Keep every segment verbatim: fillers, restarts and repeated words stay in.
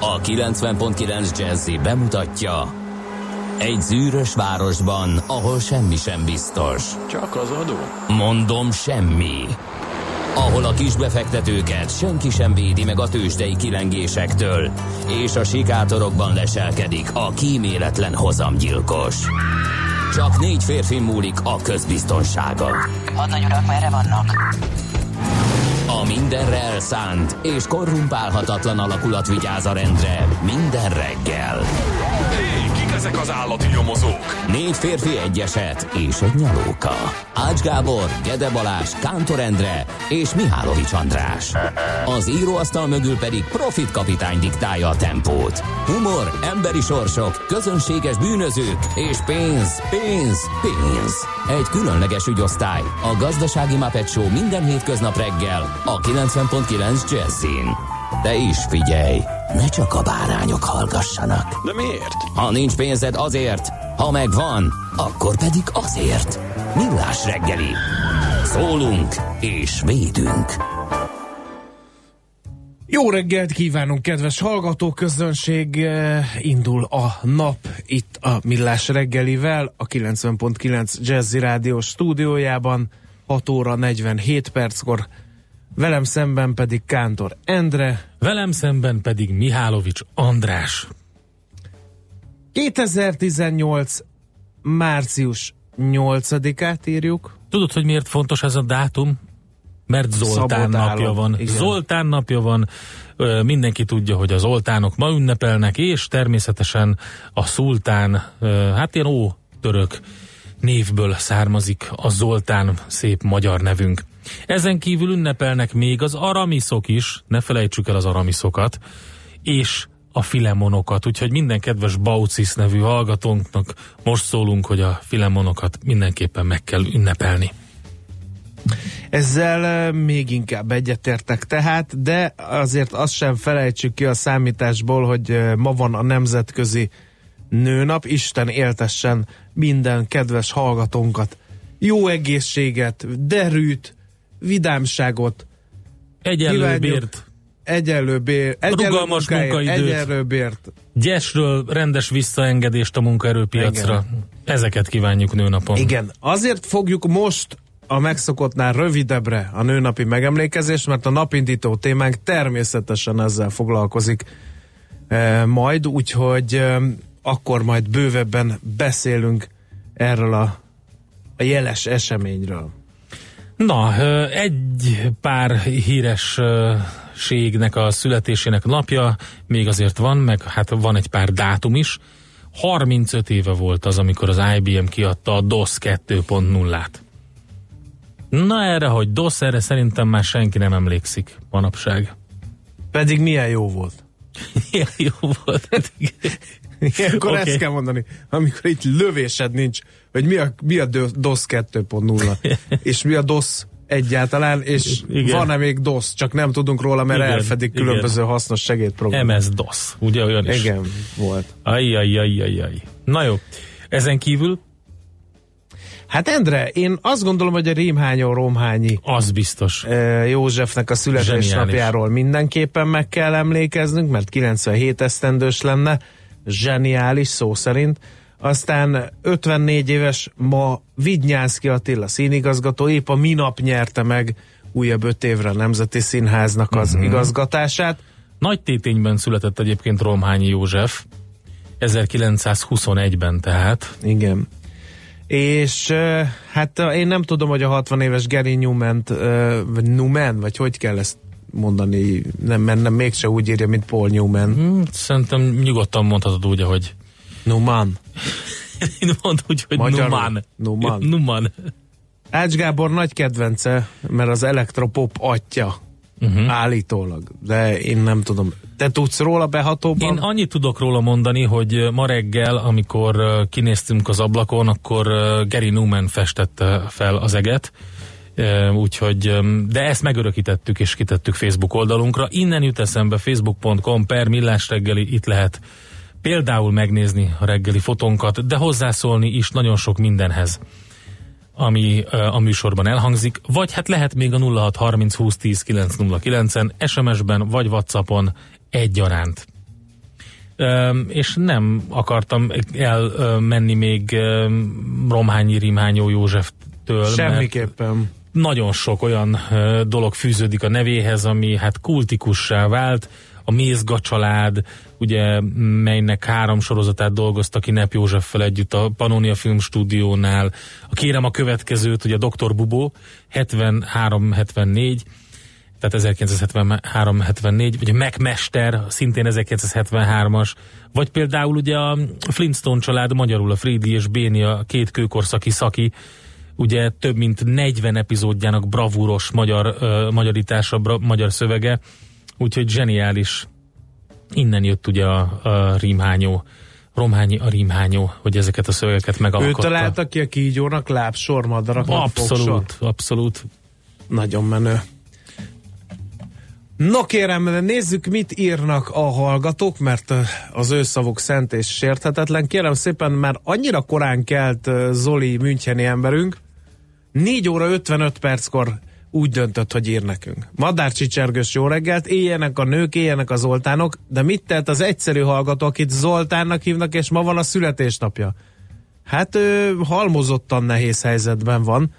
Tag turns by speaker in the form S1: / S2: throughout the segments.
S1: A kilencven pont kilenc Jazzy bemutatja: egy zűrös városban, ahol semmi sem biztos.
S2: Csak az adó?
S1: Mondom, semmi. Ahol a kisbefektetőket senki sem védi meg a tőzsdei kilengésektől, és a sikátorokban leselkedik a kíméletlen hozamgyilkos. Csak négy férfi múlik a közbiztonsága.
S3: Hadnagy urak, merre vannak?
S1: A mindenre elszánt és korrumpálhatatlan alakulat vigyáz a rendre minden reggel.
S2: Hé, kik ezek az állati nyomozók?
S1: Négy férfi, egy eset és egy nyalóka. Ács Gábor, Gede Balázs, Kántor Endre és Mihálovics András. Az íróasztal mögül pedig Profit kapitány diktálja a tempót. Humor, emberi sorsok, közönséges bűnözők és pénz, pénz, pénz. Egy különleges ügyosztály, a Gazdasági Muppet Show minden hétköznap reggel a kilencven pont kilenc Jazzyn. De is figyelj, ne csak a bárányok hallgassanak.
S2: De miért?
S1: Ha nincs pénzed, azért, ha megvan, akkor pedig azért. Millás reggeli. Szólunk és védünk.
S4: Jó reggelt kívánunk, kedves hallgatóközönség! Indul a nap itt a Millás reggelivel, a kilencven pont kilenc Jazzy Rádió stúdiójában, hat óra negyvenhét perckor. Velem szemben pedig Kántor Endre.
S5: Velem szemben pedig Mihálovics András.
S4: kétezer-tizennyolc március nyolcadikát írjuk.
S5: Tudod, hogy miért fontos ez a dátum? Mert Zoltán napja van. Igen. Zoltán napja van. Mindenki tudja, hogy a zoltánok ma ünnepelnek, és természetesen a szultán, hát ilyen ótörök névből származik a Zoltán, szép magyar nevünk. Ezen kívül ünnepelnek még az aramiszok is, ne felejtsük el az aramiszokat, és a filemonokat, úgyhogy minden kedves Baucis nevű hallgatónknak most szólunk, hogy a filemonokat mindenképpen meg kell ünnepelni.
S4: Ezzel még inkább egyetértek tehát, de azért azt sem felejtsük ki a számításból, hogy ma van a nemzetközi nőnap. Isten éltessen minden kedves hallgatónkat. Jó egészséget, derűt, vidámságot,
S5: egyenlő bért,
S4: egyenlő bért,
S5: rugalmas munkaidőt,
S4: egyenlő bért,
S5: gyesről rendes visszaengedést a munkaerőpiacra. Igen. Ezeket kívánjuk nőnapon.
S4: Igen, azért fogjuk most a megszokottnál rövidebbre a nőnapi megemlékezést, mert a napindító témánk természetesen ezzel foglalkozik e, majd, úgyhogy e, akkor majd bővebben beszélünk erről a, a jeles eseményről.
S5: Na, egy pár hírességnek a születésének napja még azért van, meg hát van egy pár dátum is. harmincöt éve volt az, amikor az I B M kiadta a DOS kettő pont nullát. Na erre, hogy DOS, erre szerintem már senki nem emlékszik manapság.
S4: Pedig milyen jó volt.
S5: Milyen jó volt.
S4: Ilyenkor okay. Ezt kell mondani, amikor itt lövésed nincs, hogy mi a, mi a DOS kettő pont nulla, és mi a DOS egyáltalán, és igen. Van-e még DOS, csak nem tudunk róla, mert igen, elfedik igen. Különböző hasznos segédprogramok.
S5: em es DOS, ugye olyan is?
S4: Igen, volt.
S5: Ajjajjajjajjaj. Na jó, ezen kívül?
S4: Hát Endre, én azt gondolom, hogy a Rémhányó Rómhányi
S5: az biztos.
S4: Józsefnek a születésnapjáról mindenképpen meg kell emlékeznünk, mert kilencvenhét esztendős lenne, zseniális szó szerint. Aztán ötvennégy éves ma Vidnyánszky Attila színigazgató, épp a minap nyerte meg újabb öt évre a Nemzeti Színháznak az uh-huh. igazgatását.
S5: Nagy Tétényben született egyébként Rómhányi József, ezerkilencszázhuszonegyben tehát.
S4: Igen. És hát én nem tudom, hogy a hatvan éves Gary Newman, vagy Newman, vagy hogy kell ezt mondani, nem, nem mégse úgy írja, mint Paul Newman.
S5: Hmm, szerintem nyugodtan mondhatod úgy, ahogy
S4: Newman.
S5: Én mondom úgy, hogy Newman.
S4: Newman.
S5: Newman.
S4: Ács Gábor nagy kedvence, mert az elektropop atya. Uh-huh. Állítólag. De én nem tudom. Te tudsz róla behatóban?
S5: Én annyit tudok róla mondani, hogy ma reggel, amikor kinéztünk az ablakon, akkor Gary Newman festette fel az eget. Úgyhogy, de ezt megörökítettük és kitettük Facebook oldalunkra. Innen jut eszembe facebook pont com per Millás reggeli, itt lehet például megnézni a reggeli fotónkat, de hozzászólni is nagyon sok mindenhez, ami a műsorban elhangzik, vagy hát lehet még a nulla hat harminc húsz tíz kilenc nulla kilencen, es em es-ben vagy WhatsAppon egyaránt. és nem akartam elmenni még Romhányi Rimhányó Józseftől.
S4: Semmiképpen.
S5: Nagyon sok olyan dolog fűződik a nevéhez, ami hát kultikussá vált. A Mézga család, ugye, melynek három sorozatát dolgozta ki Nepp Józseffel együtt a Pannonia Filmstúdiónál. A Kérem a következőt, ugye a doktor Bubó, hetvenhárom hetvennégy, tehát ezerkilencszázhetvenhárom hetvennégy, vagy a Megmester, szintén ezerkilencszázhetvenhármas, vagy például ugye a Flintstone család, magyarul a Frédi és Béni, a két kőkorszaki szaki, ugye több mint negyven epizódjának bravúros magyar, uh, magyarítása, bra, magyar szövege, úgyhogy zseniális. Innen jött ugye a, a Rímhányó, Romhányi a Rímhányó, hogy ezeket a szövegeket megalkotta.
S4: Ő találta ki a kígyónak lábsormadaraknak
S5: abszolút,
S4: fogsor.
S5: abszolút.
S4: Nagyon menő. No kérem, nézzük, mit írnak a hallgatók, mert az ő szavuk szent és sérthetetlen. Kérem szépen, már annyira korán kelt Zoli müncheni emberünk, négy óra ötvenöt perckor úgy döntött, hogy ír nekünk. Madárcsicsergős jó reggelt, éljenek a nők, éljenek a Zoltánok, de mit tett az egyszerű hallgató, akit Zoltánnak hívnak, és ma van a születésnapja? Hát ő halmozottan nehéz helyzetben van,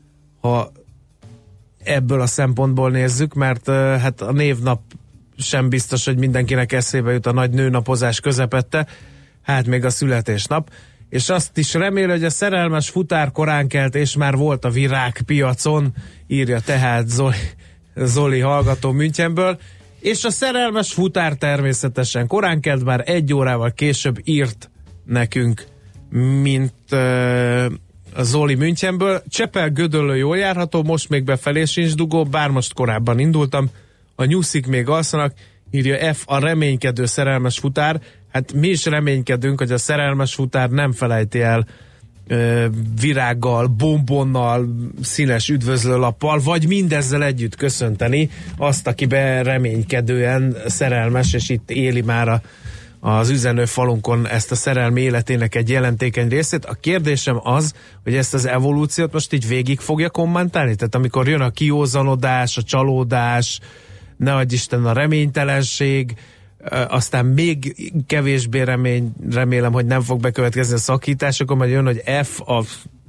S4: ha ebből a szempontból nézzük, mert hát a névnap sem biztos, hogy mindenkinek eszébe jut a nagy nőnapozás közepette, hát még a születésnap, és azt is remél, hogy a szerelmes futár korán kelt, és már volt a virágpiacon, írja tehát Zoli, Zoli hallgató Münchenből, és a szerelmes futár természetesen korán kelt, bár egy órával később írt nekünk, mint uh, a Zoli Münchenből. Csepel Gödöllő jól járható, most még befelé sincs dugó, bár most korábban indultam, a nyuszik még alszanak, írja F, a reménykedő szerelmes futár. Hát mi is reménykedünk, hogy a szerelmes futár nem felejti el ö, virággal, bombonnal, színes üdvözlőlappal, vagy mindezzel együtt köszönteni azt, aki be reménykedően szerelmes, és itt éli már a, az üzenőfalunkon ezt a szerelmi életének egy jelentékeny részét. A kérdésem az, hogy ezt az evolúciót most így végig fogja kommentálni? Tehát amikor jön a kiózanodás, a csalódás, ne adj Isten a reménytelenség, aztán még kevésbé remény, remélem, hogy nem fog bekövetkezni a szakítás, akkor majd jön, hogy F a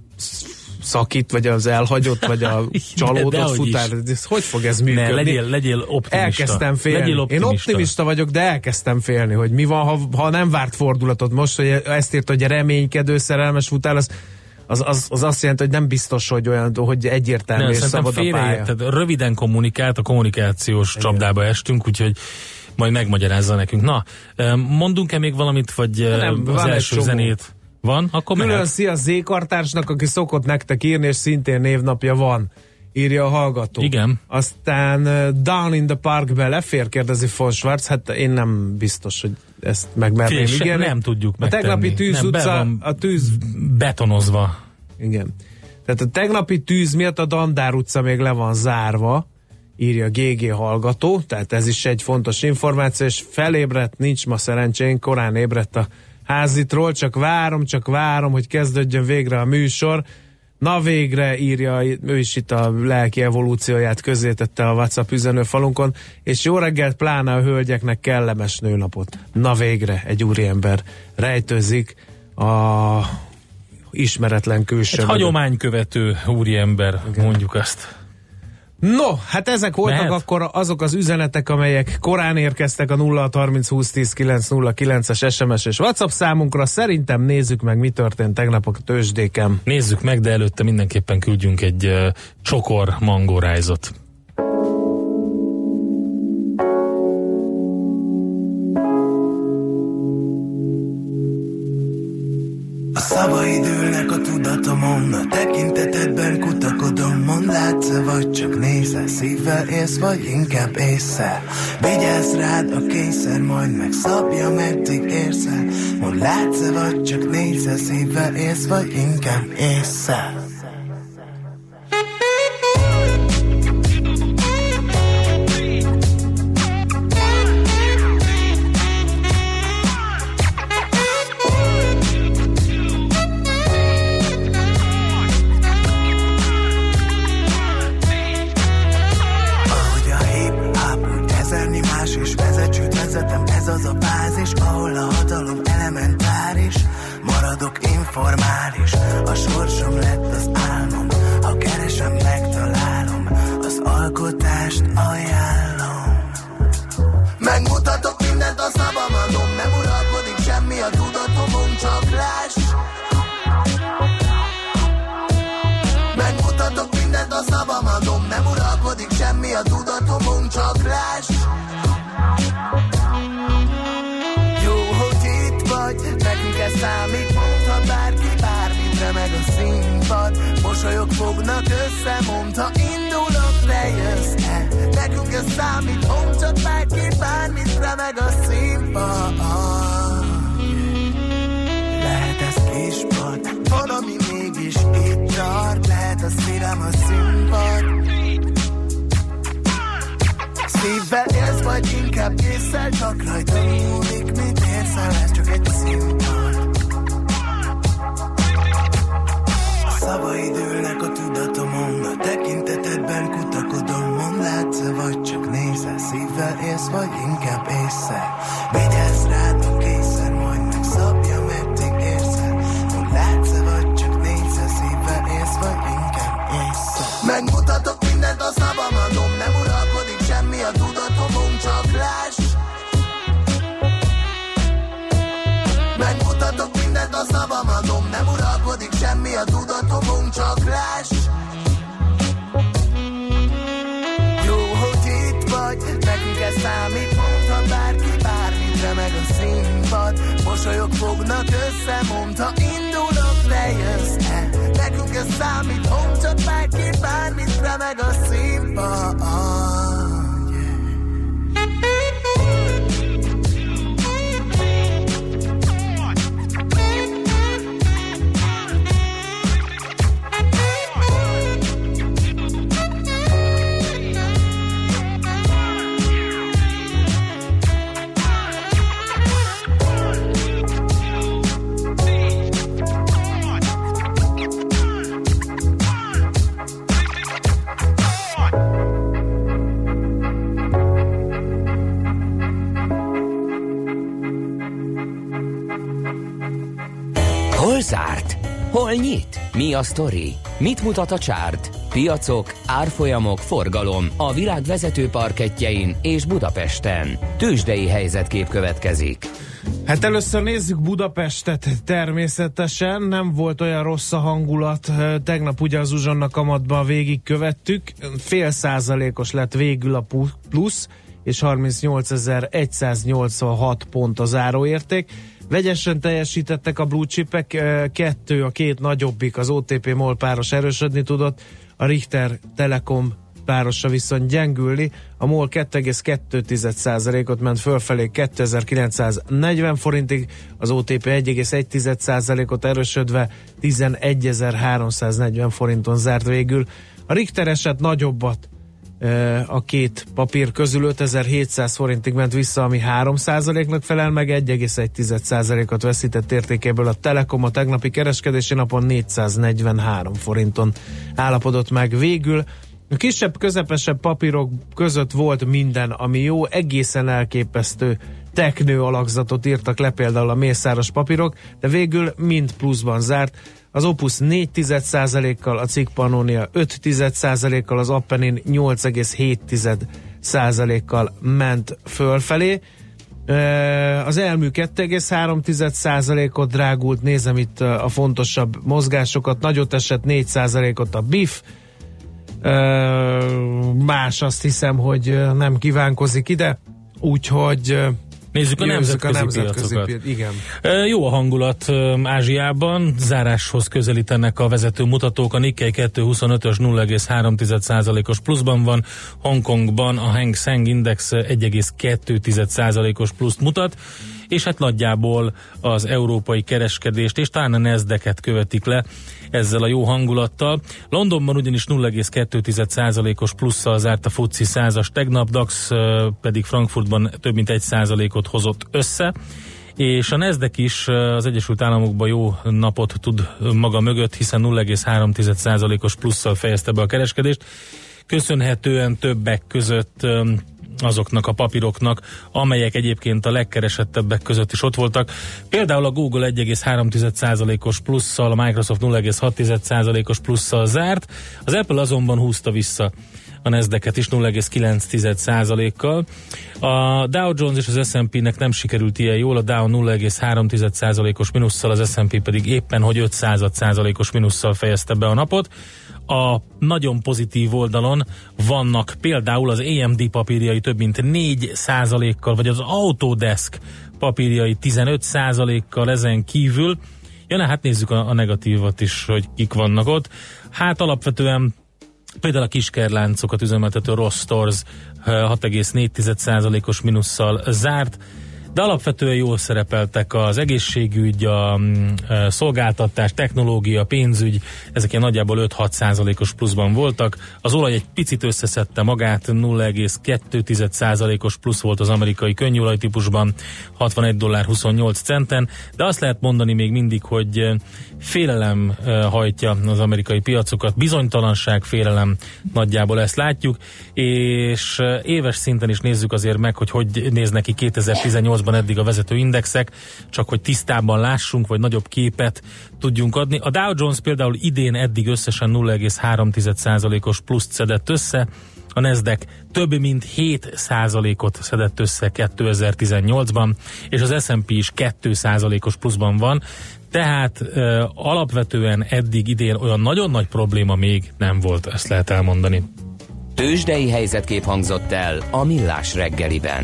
S4: szakít, vagy az elhagyott, vagy a csalódott futár. Hogy fog ez működni?
S5: Ne, legyél, legyél optimista.
S4: Elkezdtem félni.
S5: Legyél optimista.
S4: Én optimista vagyok, de elkezdtem félni, hogy mi van, ha, ha nem várt fordulatot. Most, hogy ezt írt, hogy reménykedő szerelmes futár, az Az, az, az azt jelenti, hogy nem biztos, hogy olyan, hogy egyértelmű
S5: nem,
S4: és szabad a pálya.
S5: Tehát röviden kommunikált, a kommunikációs igen. csapdába estünk, úgyhogy majd megmagyarázza nekünk. Na, mondunk-e még valamit, vagy nem, az első zenét? Van? Akkor
S4: külön
S5: mehet.
S4: szia Z-kartársnak, aki szokott nektek írni, és szintén névnapja van, írja a hallgató.
S5: Igen.
S4: Aztán uh, Down in the Park belefér, kérdezi von Schwarz, hát én nem biztos, hogy ezt megmerném ígérni.
S5: Nem tudjuk
S4: a megtenni. A tegnapi Tűz
S5: nem,
S4: utca, a tűz...
S5: betonozva.
S4: Igen. Tehát a tegnapi tűz miatt a Dandár utca még le van zárva, írja gé gé hallgató, tehát ez is egy fontos információ, és felébredt, nincs ma szerencsén, korán ébredt a házitról, csak várom, csak várom, hogy kezdődjön végre a műsor. Na végre, írja, ő is itt a lelki evolúcióját közzétette a WhatsApp üzenőfalunkon, és jó reggelt, pláne a hölgyeknek kellemes nőnapot. Na végre, egy úriember rejtőzik a ismeretlen külső.
S5: Egy hagyománykövető úriember, igen. Mondjuk azt.
S4: No, hát ezek voltak
S5: Mehet?
S4: Akkor azok az üzenetek, amelyek korán érkeztek a nulla harminc húsz tíz kilenc nulla kilences es em es és WhatsApp számunkra. Szerintem nézzük meg, mi történt tegnap a tőzsdéken.
S5: Nézzük meg, de előtte mindenképpen küldjünk egy uh, csokor mangórájzot.
S6: A szavaid ülnek a tudatomon, a tekintetedben kutakodom. Mondd, látsz-e, vagy csak nézel, szívvel élsz, vagy inkább ésszel. Vigyázz rád a kényszer, majd megszabja, meddig érsz el. Mondd, látsz-e, vagy csak nézel, szívvel élsz, vagy inkább ésszel. Vezetem Ez az a bázis, ahol a hatalom elementáris, maradok informális. A sorsom lett az álmom, ha keresem, megtalálom, az alkotást ajánlom. Megmutatok mindent, a szabam adom, nem uralkodik semmi a tudatomon, csak láss. Megmutatok mindent, a szabam adom, nem uralkodik semmi a tudatomon, csak láss. Jó, hogy itt vagy, nekünk ez számít, mondta bárki, bármit remeg a színpad. Mosolyok fognak össze, mondta indulok, te jössz-e? Nekünk ez számít, mondta bárki, bármit remeg a színpad. Lehet ez kispad, valami mégis itt tart, lehet a szívem a színpad. Szívvel élsz, vagy inkább késszel, csak rajta múlik, mit érszel, ez csak egy színpad. A szavaid ülnek a tudatomon, a tekintetedben kutakodom, mondd, látsz-e, vagy csak nézel, szívvel élsz, vagy inkább ésszel. Vigyázz rád, ha készen, majd megszabja, meddig érszel. Mondd, látsz-e, vagy csak nézel, szívvel élsz, vagy inkább ésszel. Megmutatok mindent, a szabam adom, nem uralkodik semmi a tudatomon, csak láss. Megmutatok mindent, a szabam adom, nem uralkodik semmi a tudatomon, csak láss. Jó, hogy itt vagy, nekünk ez számít, mondta bárki, bármit remeg a színpad. Mosolyok fognak össze, mondta indulok, te jössz-e? Nekünk ez számít, mondta bárki, bármit remeg a színpad.
S1: Hol zárt? Hol nyit? Mi a sztori? Mit mutat a csárt? Piacok, árfolyamok, forgalom a világ vezető parkettjein és Budapesten. Tőzsdei helyzetkép következik.
S4: Hát először nézzük Budapestet, természetesen nem volt olyan rossz a hangulat, tegnap ugye az uzsonna kamatban végig követtük, fél százalékos lett végül a plusz, és harmincnyolcezer-egyszáznyolcvanhat pont a záróérték. Vegyesen teljesítettek a blue chipek, kettő, a két nagyobbik, az o té pé MOL páros erősödni tudott, a Richter Telekom párosa viszont gyengülni, a MOL kettő egész kettő százalékot ment fölfelé kétezer-kilencszáznegyven forintig, az o té pé egy egész egy százalékot erősödve tizenegyezer-háromszáznegyven forinton zárt végül. A Richter eset nagyobbat a két papír közül, ötezer-hétszáz forintig ment vissza, ami három százaléknak felel meg, egy egész egy százalékot veszített értékéből a Telekom a tegnapi kereskedési napon négyszáznegyvenhárom forinton állapodott meg végül. A kisebb, közepesebb papírok között volt minden, ami jó, egészen elképesztő teknő alakzatot írtak le például a mészáros papírok, de végül mind pluszban zárt. Az Opus négy százalékkal, a Cikk Pannonia öt százalékkal, az Appenin nyolc egész hét százalékkal ment fölfelé. Az Elmű kettő egész három százalékot drágult, nézem itt a fontosabb mozgásokat, nagyot esett négy százalékot a bé i ef, más azt hiszem, hogy nem kívánkozik ide, úgyhogy
S5: nézzük a nemzetközi, a nemzetközi piacokat. Igen. Jó a hangulat Ázsiában, záráshoz közelítenek a vezető mutatók, a Nikkei kettőszázhuszonötös nulla egész három százalékos pluszban van, Hongkongban a Hang Seng Index egy egész kettő százalékos pluszt mutat, és hát nagyjából az európai kereskedést és talán a Nasdaqet követik le ezzel a jó hangulattal. Londonban ugyanis nulla egész kettő százalékos plusszal zárt a ef u cé százas tegnap, DAX pedig Frankfurtban több mint egy százalékot hozott össze, és a Nasdaq is az Egyesült Államokban jó napot tud maga mögött, hiszen nulla egész három százalékos plusszal fejezte be a kereskedést. köszönhetően többek között azoknak a papíroknak, amelyek egyébként a legkeresettebbek között is ott voltak. Például a Google egy egész három százalékos plusszal, a Microsoft nulla egész hat százalékos plusszal zárt, az Apple azonban húzta vissza a Nasdaqet is nulla egész kilenc százalékkal. A Dow Jones és az es and pé-nek nem sikerült ilyen jól, a Dow nulla egész három százalékos minusszal, az es and pé pedig éppen, hogy öt százalékos minusszal fejezte be a napot. A nagyon pozitív oldalon vannak például az á em dé papírjai több mint négy százalékkal, vagy az Autodesk papírjai tizenöt százalékkal, ezen kívül. Ja, ne, hát nézzük a, a negatívat is, hogy kik vannak ott. Hát alapvetően például a kiskerláncokat üzemeltető Ross Stores hat egész négy százalékos minusszal zárt, de alapvetően jól szerepeltek az egészségügy, a, a szolgáltatás, technológia, pénzügy, ezek ilyen nagyjából öt-hat százalékos pluszban voltak. Az olaj egy picit összeszedte magát, nulla egész kettő százalékos plusz volt az amerikai könnyűolaj típusban, hatvanegy dollár huszonnyolc centen, de azt lehet mondani még mindig, hogy félelem hajtja az amerikai piacokat, bizonytalanság, félelem, nagyjából ezt látjuk, és éves szinten is nézzük azért meg, hogy hogy néznek ki kétezer-tizennyolcban eddig a vezető indexek, csak hogy tisztában lássunk, vagy nagyobb képet tudjunk adni. A Dow Jones például idén eddig összesen nulla egész három százalékos pluszt szedett össze, a Nasdaq több mint hét százalékot szedett össze kétezer-tizennyolcban, és az es and pé is két százalékos pluszban van, tehát ö, alapvetően eddig idén olyan nagyon nagy probléma még nem volt, ezt lehet elmondani.
S1: Tőzsdei helyzetkép hangzott el a Millás reggeliben.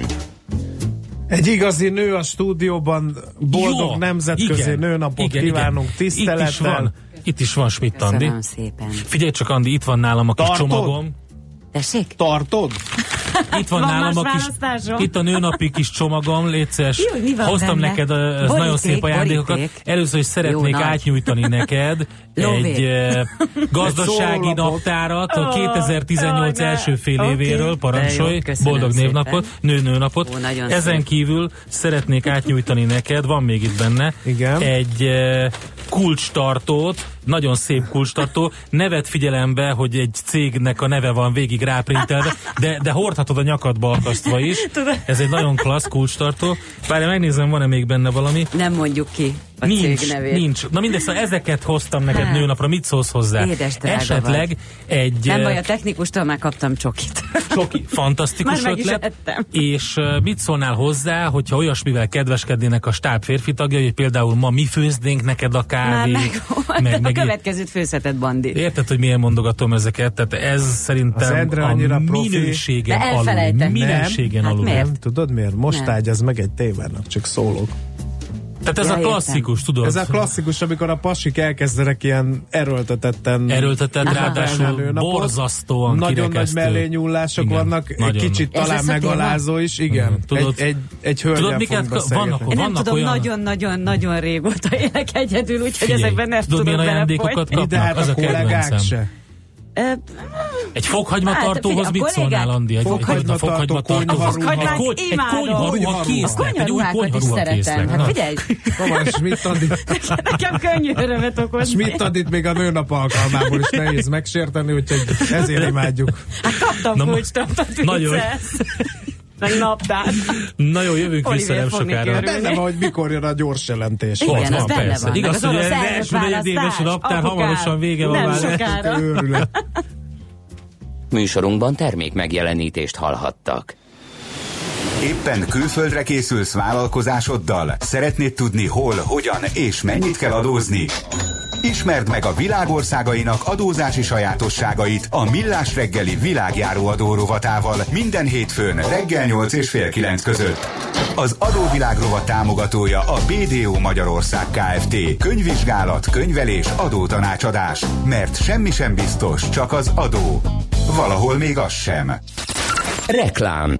S4: Egy igazi nő a stúdióban, boldog
S5: Jó,
S4: nemzetközi
S5: igen,
S4: nőnapot
S5: igen,
S4: kívánunk,
S5: igen.
S4: tisztelettel.
S5: Itt is van, itt is van Schmidt Andi.
S7: Köszönöm szépen.
S5: Figyelj csak, Andi, itt van nálam a kis
S4: Tartod?
S5: csomagom.
S7: Tessék?
S4: Tartod?
S5: Itt van,
S7: Van
S5: nálam a
S7: más
S5: kis,
S7: választásom?
S5: itt a nőnapi kis csomagom, légy szíves.
S7: Jó, mi van
S5: hoztam
S7: benne?
S5: neked az
S7: Boríték,
S5: nagyon szép ajándékokat.
S7: boríték.
S5: Először is szeretnék
S7: Jó, nagy.
S5: átnyújtani neked
S7: Lóvé.
S5: egy eh, gazdasági
S4: szórólapot.
S5: naptárat a kétezer-tizennyolc
S7: Ó, ne.
S5: első fél
S7: Oké.
S5: évéről, parancsolj,
S7: De jó, köszönöm
S5: boldog
S7: szépen.
S5: névnapot, nő-nőnapot.
S7: Ó, nagyon
S5: Ezen
S7: szép.
S5: kívül szeretnék átnyújtani neked, van még itt benne,
S4: Igen.
S5: egy eh, kulcstartót, nagyon szép kulcstartó. Ne vedd figyelembe, hogy egy cégnek a neve van végig ráprintelve, de, de hordhatod a nyakadba akasztva is. Ez egy nagyon klassz kulcstartó. Várj, megnézem, van-e még benne valami.
S7: Nem mondjuk ki a
S5: Nincs,
S7: cég nevét.
S5: nincs. Na mindegy, szóval ezeket hoztam neked
S7: Hát.
S5: nőnapra, mit szólsz hozzá?
S7: Édes drága
S5: Esetleg
S7: vagy.
S5: egy
S7: Nem
S5: eh,
S7: baj, a technikustól már kaptam csokit.
S5: csoki, fantasztikus
S7: Már meg is
S5: ötlet.
S7: ettem.
S5: És uh, mit szólnál hozzá, hogyha olyasmivel kedveskednének a stáb férfi tagjai, hogy például ma mi főznénk neked a
S7: Már
S5: kávét,
S7: meg,
S5: meg,
S7: a
S5: meg
S7: következőt főzheted, Bandi.
S5: érted, hogy milyen mondogatom ezeket? Tehát ez
S4: Az
S5: szerintem
S4: Endre
S5: a
S4: annyira profi.
S5: minőségen
S7: De
S5: alul.
S7: elfelejtettem.
S5: Minőségen
S7: Nem?
S5: alul.
S7: Hát miért?
S4: Nem, tudod miért? Most
S7: Nem.
S4: ágyaz meg egy tévának, csak szólok.
S5: Tehát ez
S7: Ja,
S5: a klasszikus, tudod?
S4: Ez a klasszikus, amikor a pasik elkezdenek ilyen erőltetetten
S5: Erőltetett, ráadásul
S4: nőnapot.
S5: borzasztóan
S4: Nagyon nagy
S5: kirekesztő.
S4: mellényúlások
S5: Igen,
S4: vannak, egy
S5: nagyon
S4: kicsit
S7: Ez
S4: talán
S7: lesz a téma?
S4: megalázó is, igen.
S5: Mhm. Tudod-
S4: egy, egy, egy hölgyel
S5: tudod, miket
S4: fogunk
S5: ka-
S4: beszélgetni.
S5: vannak-
S7: Én nem
S5: vannak
S7: tudom,
S5: olyan-
S7: nagyon-nagyon-nagyon régóta élek egyedül, úgyhogy
S5: Figyelj,
S7: ezekben nem
S5: tudod,
S7: tudok
S5: milyen ajándékokat
S7: belefolyni.
S5: kapnak?
S4: Ide hát
S5: Az
S4: a
S5: a
S4: kollégák
S5: kedvencem.
S4: se.
S7: Ö,
S5: Egy fokhagymatatartóhoz
S7: Hát,
S5: mit
S7: figyelj, a
S5: szólnál, Andi? Egy,
S4: Fokhagymatatartó,
S5: egy, egy
S4: konyharuha.
S5: fokhagymatatartóhoz. Egy, kogy, egy
S7: Imádom.
S5: konyharuha készlet. Egy új
S7: Konyharuhákat is
S5: konyharuha
S7: szeretem.
S5: készlet.
S7: Hát
S5: Na.
S7: figyelj,
S4: Van Schmidt Andi.
S7: nekem könnyű örömet okozni.
S4: Schmidt Andit még a nőnap alkalmából is nehéz megsérteni, úgyhogy ezért imádjuk.
S7: Hát kaptam
S5: Na, ma-
S7: kulcstartót,
S5: nagyon.
S7: viccelsz. Meg naptár.
S5: Na jó, jövünk vissza
S7: Oliver
S5: nem
S7: fog neki
S5: sokára.
S7: örülni.
S4: Benne van, hogy mikor jön a gyors jelentés.
S7: Igen,
S5: Ott
S7: az
S5: van,
S7: benne
S5: persze.
S7: van.
S5: Igaz,
S7: Meg
S5: hogy
S7: az
S5: az
S7: orosz
S5: első negyedéves
S7: elnökválasztás,
S5: naptár
S7: apukám.
S5: hamarosan vége van
S7: Nem
S5: már.
S7: sokára.
S4: Őrület.
S1: Műsorunkban termék megjelenítést hallhattak.
S8: Éppen külföldre készülsz vállalkozásoddal? Szeretnéd tudni hol, hogyan és mennyit kell adózni? Ismerd meg a világországainak adózási sajátosságait a Millás reggeli világjáró adó rovatával minden hétfőn reggel nyolc és fél kilenc között. Az Adóvilág rovat támogatója a bé dé o Magyarország Kft. Könyvvizsgálat, könyvelés, adótanácsadás. Mert semmi sem biztos, csak az adó. Valahol még az sem.
S1: Reklám.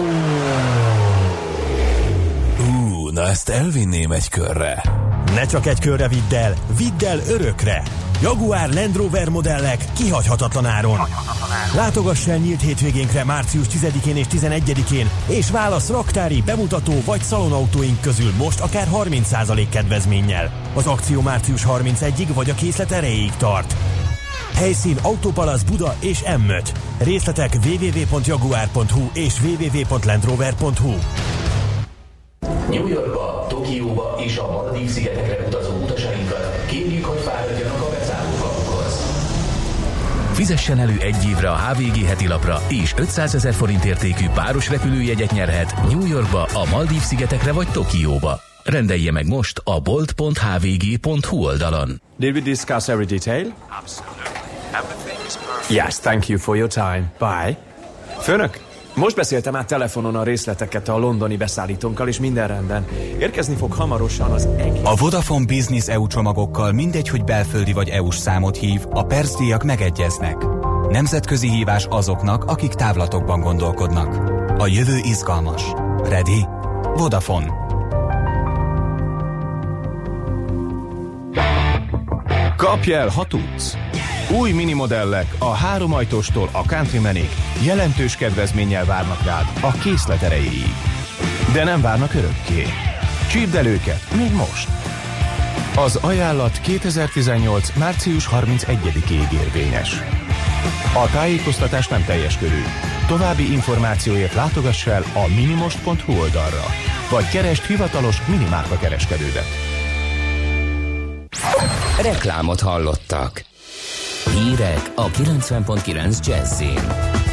S2: Ú, na ezt elvinném egy körre.
S9: Ne csak egy körre vidd el, vidd el örökre! Jaguar Land Rover modellek kihagyhatatlan áron. Látogass el nyílt hétvégénkre március tizedikén és tizenegyedikén, és válasz raktári, bemutató vagy szalonautóink közül most akár harminc százalék kedvezménnyel. Az akció március harmincegyedikéig vagy a készlet erejéig tart. Helyszín Autopalasz Buda és M öt. Részletek double-u double-u double-u pont jaguar pont hu és double-u double-u double-u pont land rover pont hu.
S10: New Yorkba, Tokióba és a Maldív-szigetekre utazó utasainkat kérjük, hogy fáradjanak a beszállókapukhoz.
S2: Fizessen elő egy évre a há vé gé heti lapra, és ötszázezer forint értékű páros repülőjegyet nyerhet New Yorkba, a Maldív-szigetekre vagy Tokióba. Rendelje meg most a bolt pont h v g pont hu oldalon.
S11: Did we discuss every detail?
S12: Absolutely. Everything is perfect.
S11: Yes, thank you for your time. Bye. Főnök, most beszéltem át telefonon a részleteket a londoni beszállítónkkal, és minden rendben. Érkezni fog hamarosan az egész...
S13: A Vodafone Business é u csomagokkal mindegy, hogy belföldi vagy é u-s számot hív, a percdíjak megegyeznek. Nemzetközi hívás azoknak, akik távlatokban gondolkodnak. A jövő izgalmas. Ready? Vodafone.
S14: Kapj el, ha tudsz! Új minimodellek a három ajtóstól a Countrymanig jelentős kedvezménnyel várnak rád a készlet erejéig. De nem várnak örökké. Csípd el őket még most! Az ajánlat kétezer-tizennyolc. március harmincegyedikéig érvényes. A tájékoztatás nem teljes körű. További információért látogass el a minimost pont hu oldalra, vagy keresd hivatalos minimárka kereskedődet.
S1: Reklámot hallottak. Hírek a kilencven pont kilenc Jazzin.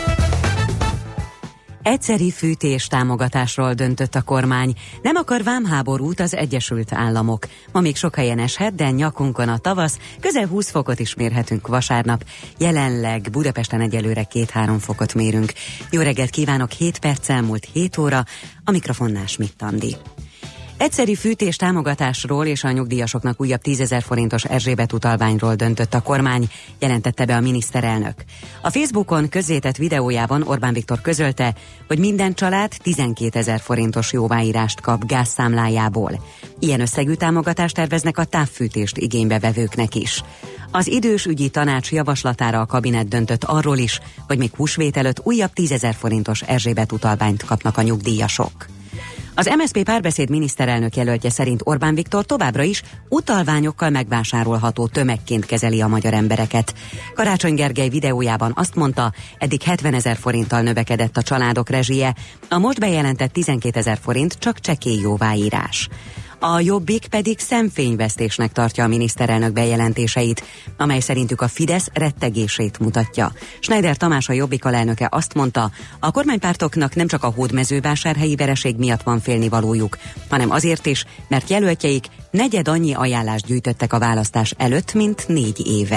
S15: Egyszeri fűtés támogatásról döntött a kormány. Nem akar vámháborút az Egyesült Államok. Ma még sok helyen eshet, de nyakunkon a tavasz, közel húsz fokot is mérhetünk vasárnap. Jelenleg Budapesten egyelőre két-három fokot mérünk. Jó reggelt kívánok, hét perccel múlt hét óra, a mikrofonnál Schmidt Andi. Egyszeri fűtés támogatásról és a nyugdíjasoknak újabb tízezer forintos Erzsébet utalványról döntött a kormány, jelentette be a miniszterelnök. A Facebookon közzétett videójában Orbán Viktor közölte, hogy minden család tizenkétezer forintos jóváírást kap gázszámlájából. Ilyen összegű támogatást terveznek a távfűtést igénybevevőknek is. Az idősügyi tanács javaslatára a kabinet döntött arról is, hogy még húsvét előtt újabb tízezer forintos Erzsébet utalványt kapnak a nyugdíjasok. Az em es zé pé Párbeszéd miniszterelnök jelöltje szerint Orbán Viktor továbbra is utalványokkal megvásárolható tömegként kezeli a magyar embereket. Karácsony Gergely videójában azt mondta, eddig hetvenezer forinttal növekedett a családok rezsie, a most bejelentett tizenkétezer forint csak csekély jóváírás. A Jobbik pedig szemfényvesztésnek tartja a miniszterelnök bejelentéseit, amely szerintük a Fidesz rettegését mutatja. Schneider Tamás, a Jobbik alelnöke azt mondta, a kormánypártoknak nem csak a hódmezővásárhelyi vereség miatt van félnivalójuk, hanem azért is, mert jelöltjeik negyed annyi ajánlást gyűjtöttek a választás előtt, mint négy éve.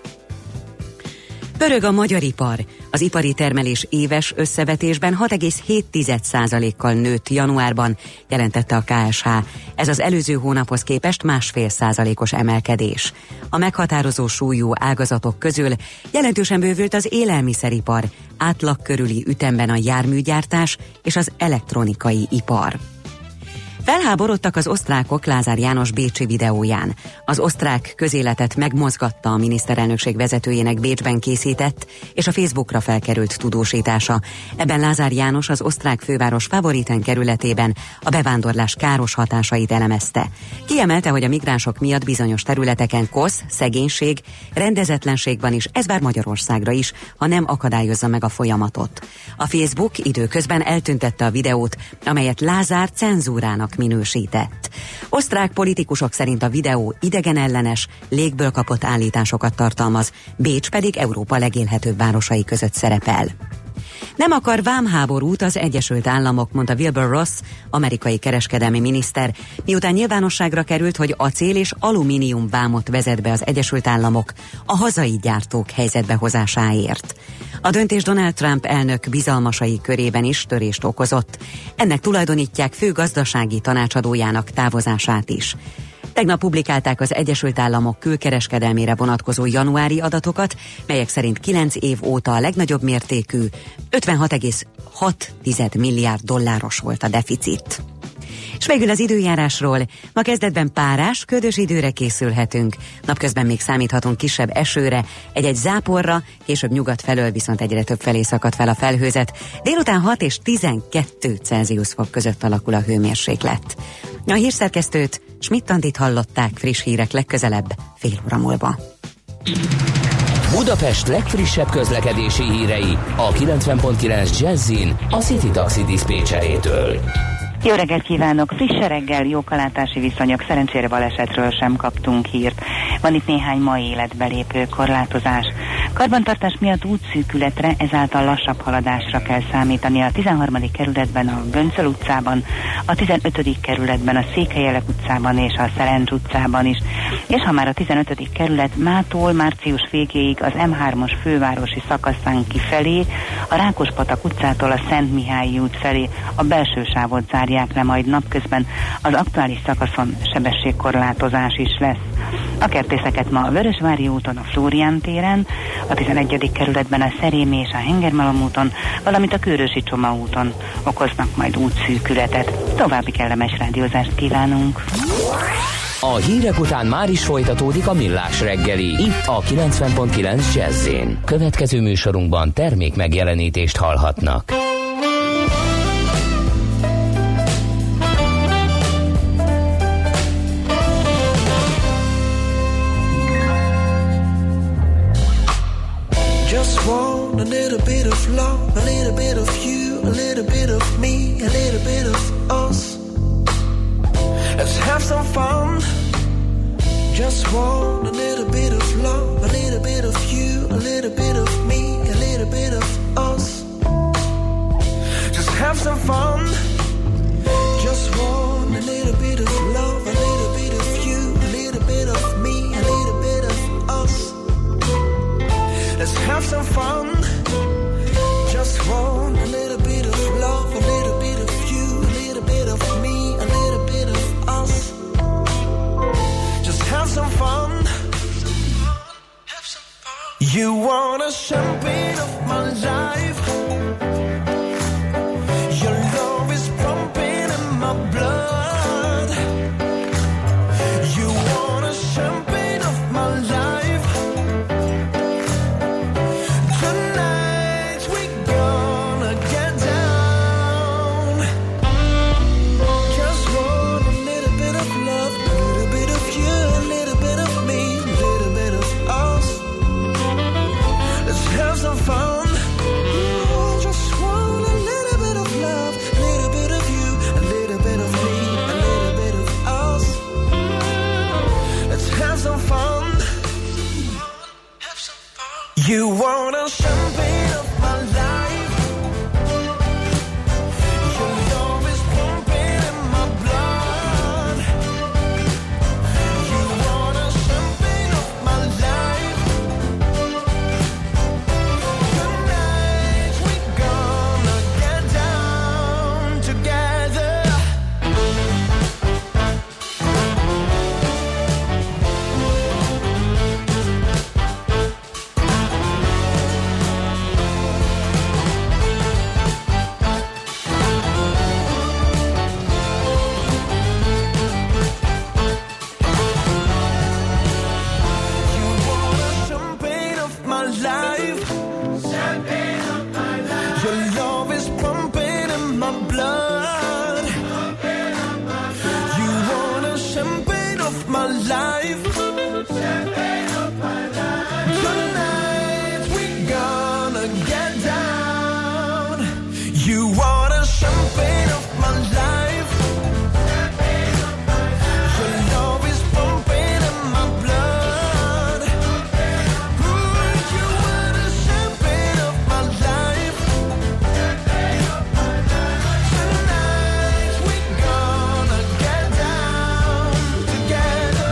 S15: Pörög a magyar ipar. Az ipari termelés éves összevetésben hat egész hét százalékkal nőtt januárban, jelentette a ká es há. Ez az előző hónaphoz képest másfél százalékos emelkedés. A meghatározó súlyú ágazatok közül jelentősen bővült az élelmiszeripar, átlag körüli ütemben a járműgyártás és az elektronikai ipar. Felháborodtak az osztrákok Lázár János bécsi videóján. Az osztrák közéletet megmozgatta a miniszterelnökség vezetőjének Bécsben készített és a Facebookra felkerült tudósítása. Ebben Lázár János az osztrák főváros favoriten kerületében a bevándorlás káros hatásait elemezte. Kiemelte, hogy a migránsok miatt bizonyos területeken kosz, szegénység, rendezetlenség van is, ez vár Magyarországra is, ha nem akadályozza meg a folyamatot. A Facebook időközben eltüntette a videót, amelyet Lázár cenzúrának minősített. Osztrák politikusok szerint a videó idegenellenes, légből kapott állításokat tartalmaz, Bécs pedig Európa legélhetőbb városai között szerepel. Nem akar vámháborút az Egyesült Államok, mondta Wilbur Ross, amerikai kereskedelmi miniszter, miután nyilvánosságra került, hogy acél és alumínium vámot vezet be az Egyesült Államok a hazai gyártók helyzetbe hozásáért. A döntés Donald Trump elnök bizalmasai körében is törést okozott. Ennek tulajdonítják fő gazdasági tanácsadójának távozását is. Tegnap publikálták az Egyesült Államok külkereskedelmére vonatkozó januári adatokat, melyek szerint kilenc év óta a legnagyobb mértékű ötvenhat egész hat milliárd dolláros volt a deficit. És végül az időjárásról. Ma kezdetben párás, ködös időre készülhetünk. Napközben még számíthatunk kisebb esőre, egy-egy záporra, később nyugat felől viszont egyre több felé szakad fel a felhőzet. Délután hat és tizenkettő Celsius fok között alakul a hőmérséklet. A hírszerkesztőt, Schmidt Andit hallották, friss hírek legközelebb fél óra múlva.
S1: Budapest legfrissebb közlekedési hírei a kilencven pont kilenc Jazzin a City Taxi diszpécserétől.
S16: Jó reggelt kívánok! Friss reggel, jó kalátási viszonyok, szerencsére balesetről sem kaptunk hírt. Van itt néhány mai életbe lépő korlátozás. Karbantartás miatt útszűkületre, ezáltal lassabb haladásra kell számítani a tizenharmadik kerületben a Göncöl utcában, a tizenötödik kerületben a Székelyelek utcában és a Szerencs utcában is. És ha már a tizenötödik kerület mától március végéig az em hármas fővárosi szakaszán kifelé, a Rákospatak utcától a Szent Mihályi út felé a belső sávot zárják le majd napközben, az aktuális szakaszon sebességkorlátozás is lesz. A kertészeket ma a Vörösvári úton, a Flórián téren, a tizenegyedik kerületben a Szerémi és a Hengermalom úton, valamint a Kőrösi Csoma úton okoznak majd útszűkületet. További kellemes rádiózást kívánunk!
S1: A hírek után már is folytatódik a Millás reggeli, itt a kilencven pont kilenc Jazz-én. Következő műsorunkban termék megjelenítést hallhatnak.
S6: Just want a little bit of love, a little bit of you, a little bit of me, a little bit of us. Let's have some fun. Just want a little bit of love, a little bit of you, a little bit of me, a little bit of us. Just have some fun. Just want a little bit of love, a little bit of you, a little bit of me, a little bit of us. Let's have some fun. Just want a little bit of love, a little bit of you, a little bit of me, a little bit of us. Just have some fun. You want a champagne of my life. Your love is pumping in my blood. You want a champagne of my life. Tonight we gonna get down. Just want a little bit of love, a little bit of you, a little bit of me, a little bit of us. Let's have some fun. Just want a little bit of love, a little bit of you, a little bit of me, a little bit of us. Let's have some fun. You want a champagne of my life. Your love is pumping in my blood. You want a champagne of my life. Tonight we gonna get down together. You want a champagne of my life. Champagne of my life. Your love is pumping in my blood. You want a champagne of my life. Champagne of my life. Tonight we gonna get down. You want a champagne of my life. Champagne of my life. Your love is pumping in my blood. Ooh, you want a champagne of my life. Champagne of my life. Tonight we gonna get down together.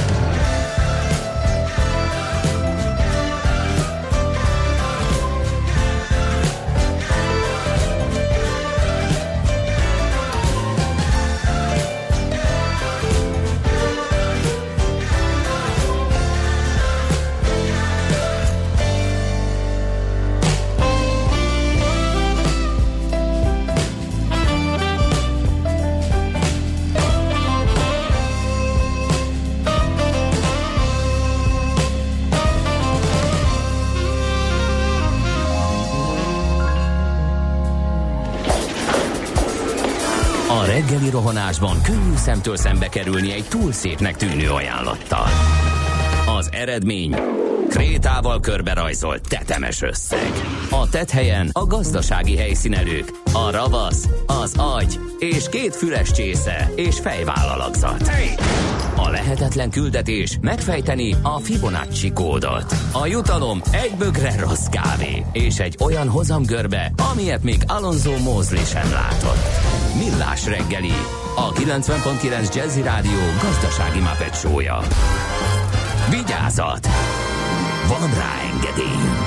S1: A reggeli rohanásban könnyű szemtől szembe kerülni egy túl szépnek tűnő ajánlattal. Az eredmény krétával körberajzolt tetemes összeg. A tetthelyen a gazdasági helyszínelők, a ravasz, az agy és két füles csésze és fejvállalakzat. A lehetetlen küldetés megfejteni a Fibonacci kódot. A jutalom egy bögre rossz kávé és egy olyan hozamgörbe, amilyet még Alonso Mosley sem látott. Millás reggeli, a kilencven pont kilenc Jazzy Rádió gazdasági Muppet show-ja. Vigyázat! Van rá engedélyünk!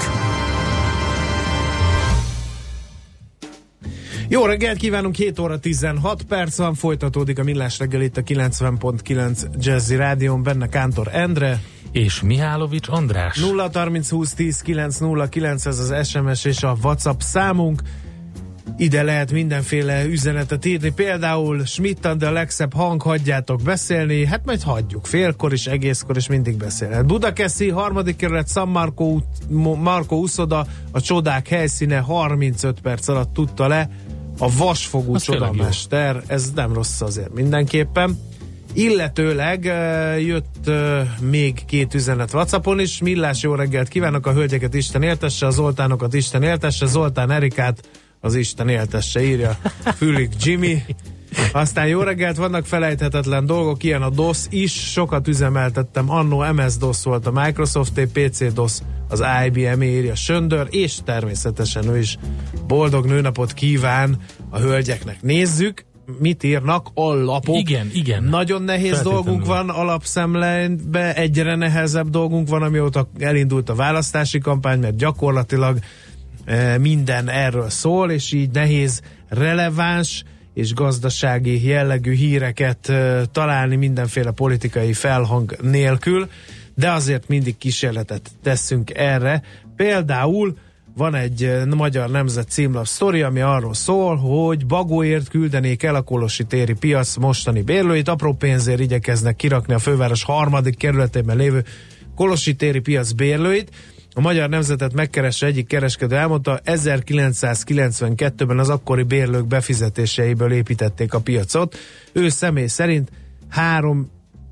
S4: Jó reggelt kívánunk, hét óra tizenhat perc van, folytatódik a Millás reggel itt a kilencven pont kilenc Jazzy Rádión, benne Kántor Endre
S5: és Mihálovics András.
S4: nulla harminc húsz tíz kilenc nulla kilenc ez az es em es és a WhatsApp számunk. Ide lehet mindenféle üzenetet írni, például Schmidt, de a legszebb hang, hagyjátok beszélni, hát majd hagyjuk, félkor is, egészkor is mindig beszélhet. Budakeszi, harmadik kerület, San Marco, Marco Uszoda, a csodák helyszíne, harmincöt perc alatt tudta le a vasfogú az csodamester, ez nem rossz azért mindenképpen. Illetőleg jött még két üzenet WhatsAppon is. Millás, jó reggelt kívánok, a hölgyeket Isten éltesse, a Zoltánokat Isten éltesse, Zoltán Erikát az Isten éltesse, írja Fülig Jimmy. Aztán jó reggelt, vannak felejthetetlen dolgok, ilyen a DOS is, sokat üzemeltettem, annó em es DOS volt a Microsofté, pé cé DOS az i bé em, írja Söndör, és természetesen ő is boldog nőnapot kíván a hölgyeknek. Nézzük, mit írnak a lapok.
S5: Igen, igen.
S4: Nagyon nehéz dolgunk van alapszemlébe, egyre nehezebb dolgunk van, amióta elindult a választási kampány, mert gyakorlatilag e, minden erről szól, és így nehéz, releváns és gazdasági jellegű híreket e, találni mindenféle politikai felhang nélkül, de azért mindig kísérletet teszünk erre. Például van egy Magyar Nemzet címlap sztori, ami arról szól, hogy bagóért küldenék el a Kolosi téri piac mostani bérlőit, apró pénzért igyekeznek kirakni a főváros harmadik kerületében lévő Kolosi téri piac bérlőit. A Magyar Nemzetet megkeresse egyik kereskedő elmondta, ezerkilencszázkilencvenkettőben az akkori bérlők befizetéseiből építették a piacot. Ő személy szerint három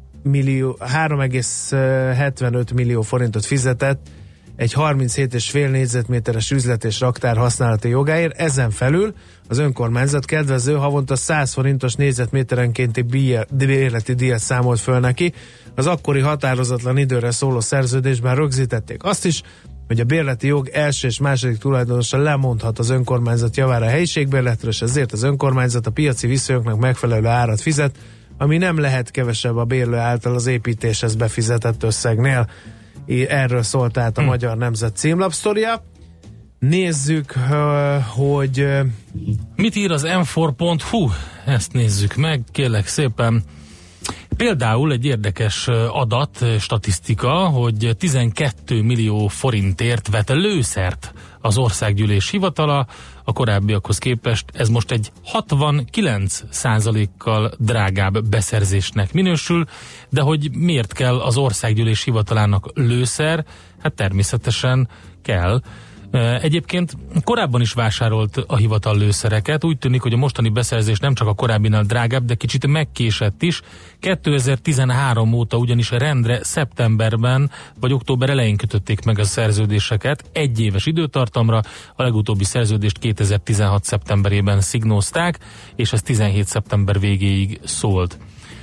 S4: egész hetvenöt millió forintot fizetett egy harminchét egész öt négyzetméteres üzlet és raktár használati jogáért. Ezen felül az önkormányzat kedvező havonta száz forintos négyzetméterenkénti bérleti díjat számolt föl neki. Az akkori határozatlan időre szóló szerződésben rögzítették azt is, hogy a bérleti jog első és második tulajdonosa lemondhat az önkormányzat javára a helyiségbérletről, és ezért az önkormányzat a piaci viszonyoknak megfelelő árat fizet, ami nem lehet kevesebb a bérlő által az építéshez befizetett összegnél. Erről szólt tehát a hm. Magyar Nemzet címlapsztoria. Nézzük, hogy...
S5: Mit ír az em négy pont hú? Ezt nézzük meg, kérlek szépen. Például egy érdekes adat, statisztika, hogy tizenkét millió forintért vett lőszert az Országgyűlés hivatala, a korábbiakhoz képest ez most egy hatvankilenc százalékkal drágább beszerzésnek minősül, de hogy miért kell az Országgyűlés hivatalának lőszer? Hát természetesen kell. Egyébként korábban is vásárolt a hivatal lőszereket, úgy tűnik, hogy a mostani beszerzés nem csak a korábbinál drágább, de kicsit megkésett is. kétezer-tizenhárom óta ugyanis rendre szeptemberben vagy október elején kötötték meg a szerződéseket egy éves időtartamra, a legutóbbi szerződést kétezer-tizenhat szeptemberében szignózták, és ez tizenhét szeptember végéig szólt.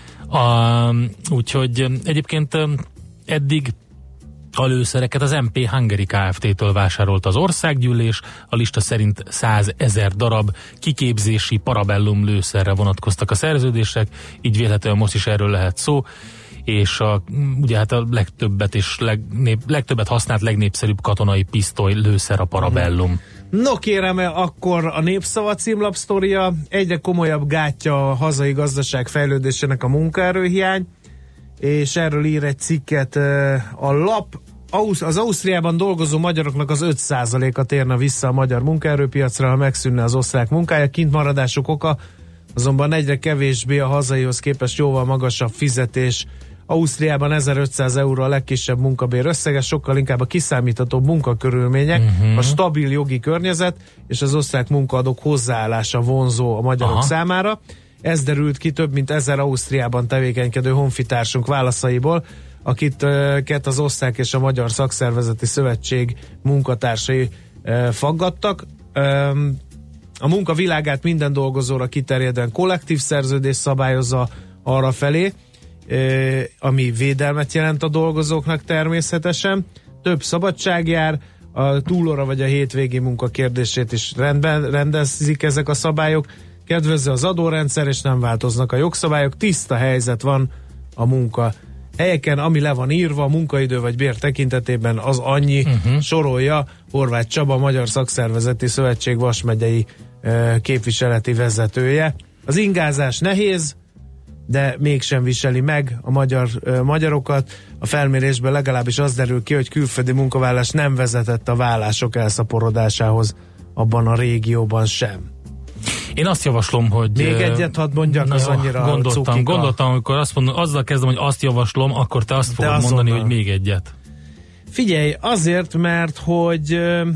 S5: A, úgyhogy egyébként eddig a lőszereket az em pé Hungary Kft-től vásárolt az Országgyűlés, a lista szerint százezer darab kiképzési parabellum lőszerre vonatkoztak a szerződések, így vélhetően most is erről lehet szó, és a, ugye hát a legtöbbet és legnép, legtöbbet használt, legnépszerűbb katonai pisztoly lőszer a parabellum.
S4: No kérem, akkor a Népszava címlapsztoria, egyre komolyabb gátja a hazai gazdaság fejlődésének a munkaerőhiány, és erről ír egy cikket a lap. Az Ausztriában dolgozó magyaroknak az öt százaléka térne vissza a magyar munkaerőpiacra, ha megszűnne az osztrák munkája. Kintmaradásuk oka azonban egyre kevésbé a hazaihoz képest jóval magasabb fizetés. Ausztriában ezerötszáz euró a legkisebb munkabér összege, sokkal inkább a kiszámíthatóbb munkakörülmények, uh-huh. a stabil jogi környezet és az osztrák munkaadók hozzáállása vonzó a magyarok Aha. számára. Ez derült ki több mint ezer Ausztriában tevékenykedő honfitársunk válaszaiból. akiket az osztrák és a Magyar Szakszervezeti Szövetség munkatársai faggattak. A munka világát minden dolgozóra kiterjedően kollektív szerződés szabályozza arra felé, ami védelmet jelent a dolgozóknak természetesen. Több szabadság jár, a túlóra vagy a hétvégi munka kérdését is rendben rendezik ezek a szabályok. Kedvező az adórendszer, és nem változnak a jogszabályok. Tiszta helyzet van a munka helyeken, ami le van írva, munkaidő vagy bér tekintetében az annyi, uh-huh. sorolja Horváth Csaba, Magyar Szakszervezeti Szövetség Vas megyei uh, képviseleti vezetője. Az ingázás nehéz, de mégsem viseli meg a magyar, uh, magyarokat. A felmérésben legalábbis az derül ki, hogy külföldi munkavállás nem vezetett a vállások elszaporodásához abban a régióban sem.
S5: Én azt javaslom, hogy...
S4: Még egyet hadd mondjak, na, az annyira
S5: gondoltam,
S4: cukika.
S5: gondoltam, amikor azt mondom, azzal kezdem, hogy azt javaslom, akkor te azt fogod mondani, hogy még egyet.
S4: Figyelj, azért, mert hogy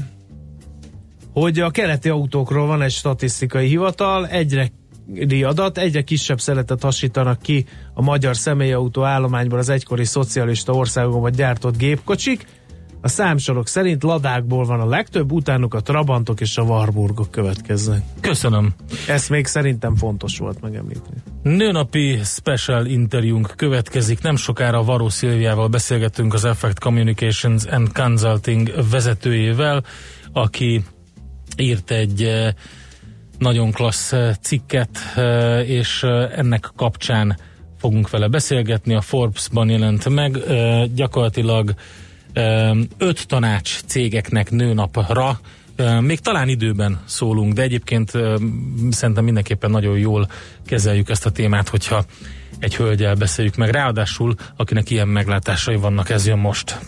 S4: hogy a keleti autókról van egy statisztikai hivatal, egyre adat, egyre kisebb szeletet hasítanak ki a magyar személyautó állományban az egykori szocialista országokban gyártott gépkocsik. A számsorok szerint ladákból van a legtöbb, utánuk a Trabantok és a Warburgok következnek.
S5: Köszönöm.
S4: Ezt még szerintem fontos volt megemlíteni.
S5: Nőnapi special interjúnk következik. Nem sokára Varó Szilviával beszélgettünk, az Effect Communications and Consulting vezetőjével, aki írt egy nagyon klassz cikket, és ennek kapcsán fogunk vele beszélgetni. A Forbes-ban jelent meg. Gyakorlatilag öt tanács cégeknek nőnapra, még talán időben szólunk, de egyébként szerintem mindenképpen nagyon jól kezeljük ezt a témát, hogyha egy hölgyel beszéljük meg. Ráadásul, akinek ilyen meglátásai vannak, ez jön most.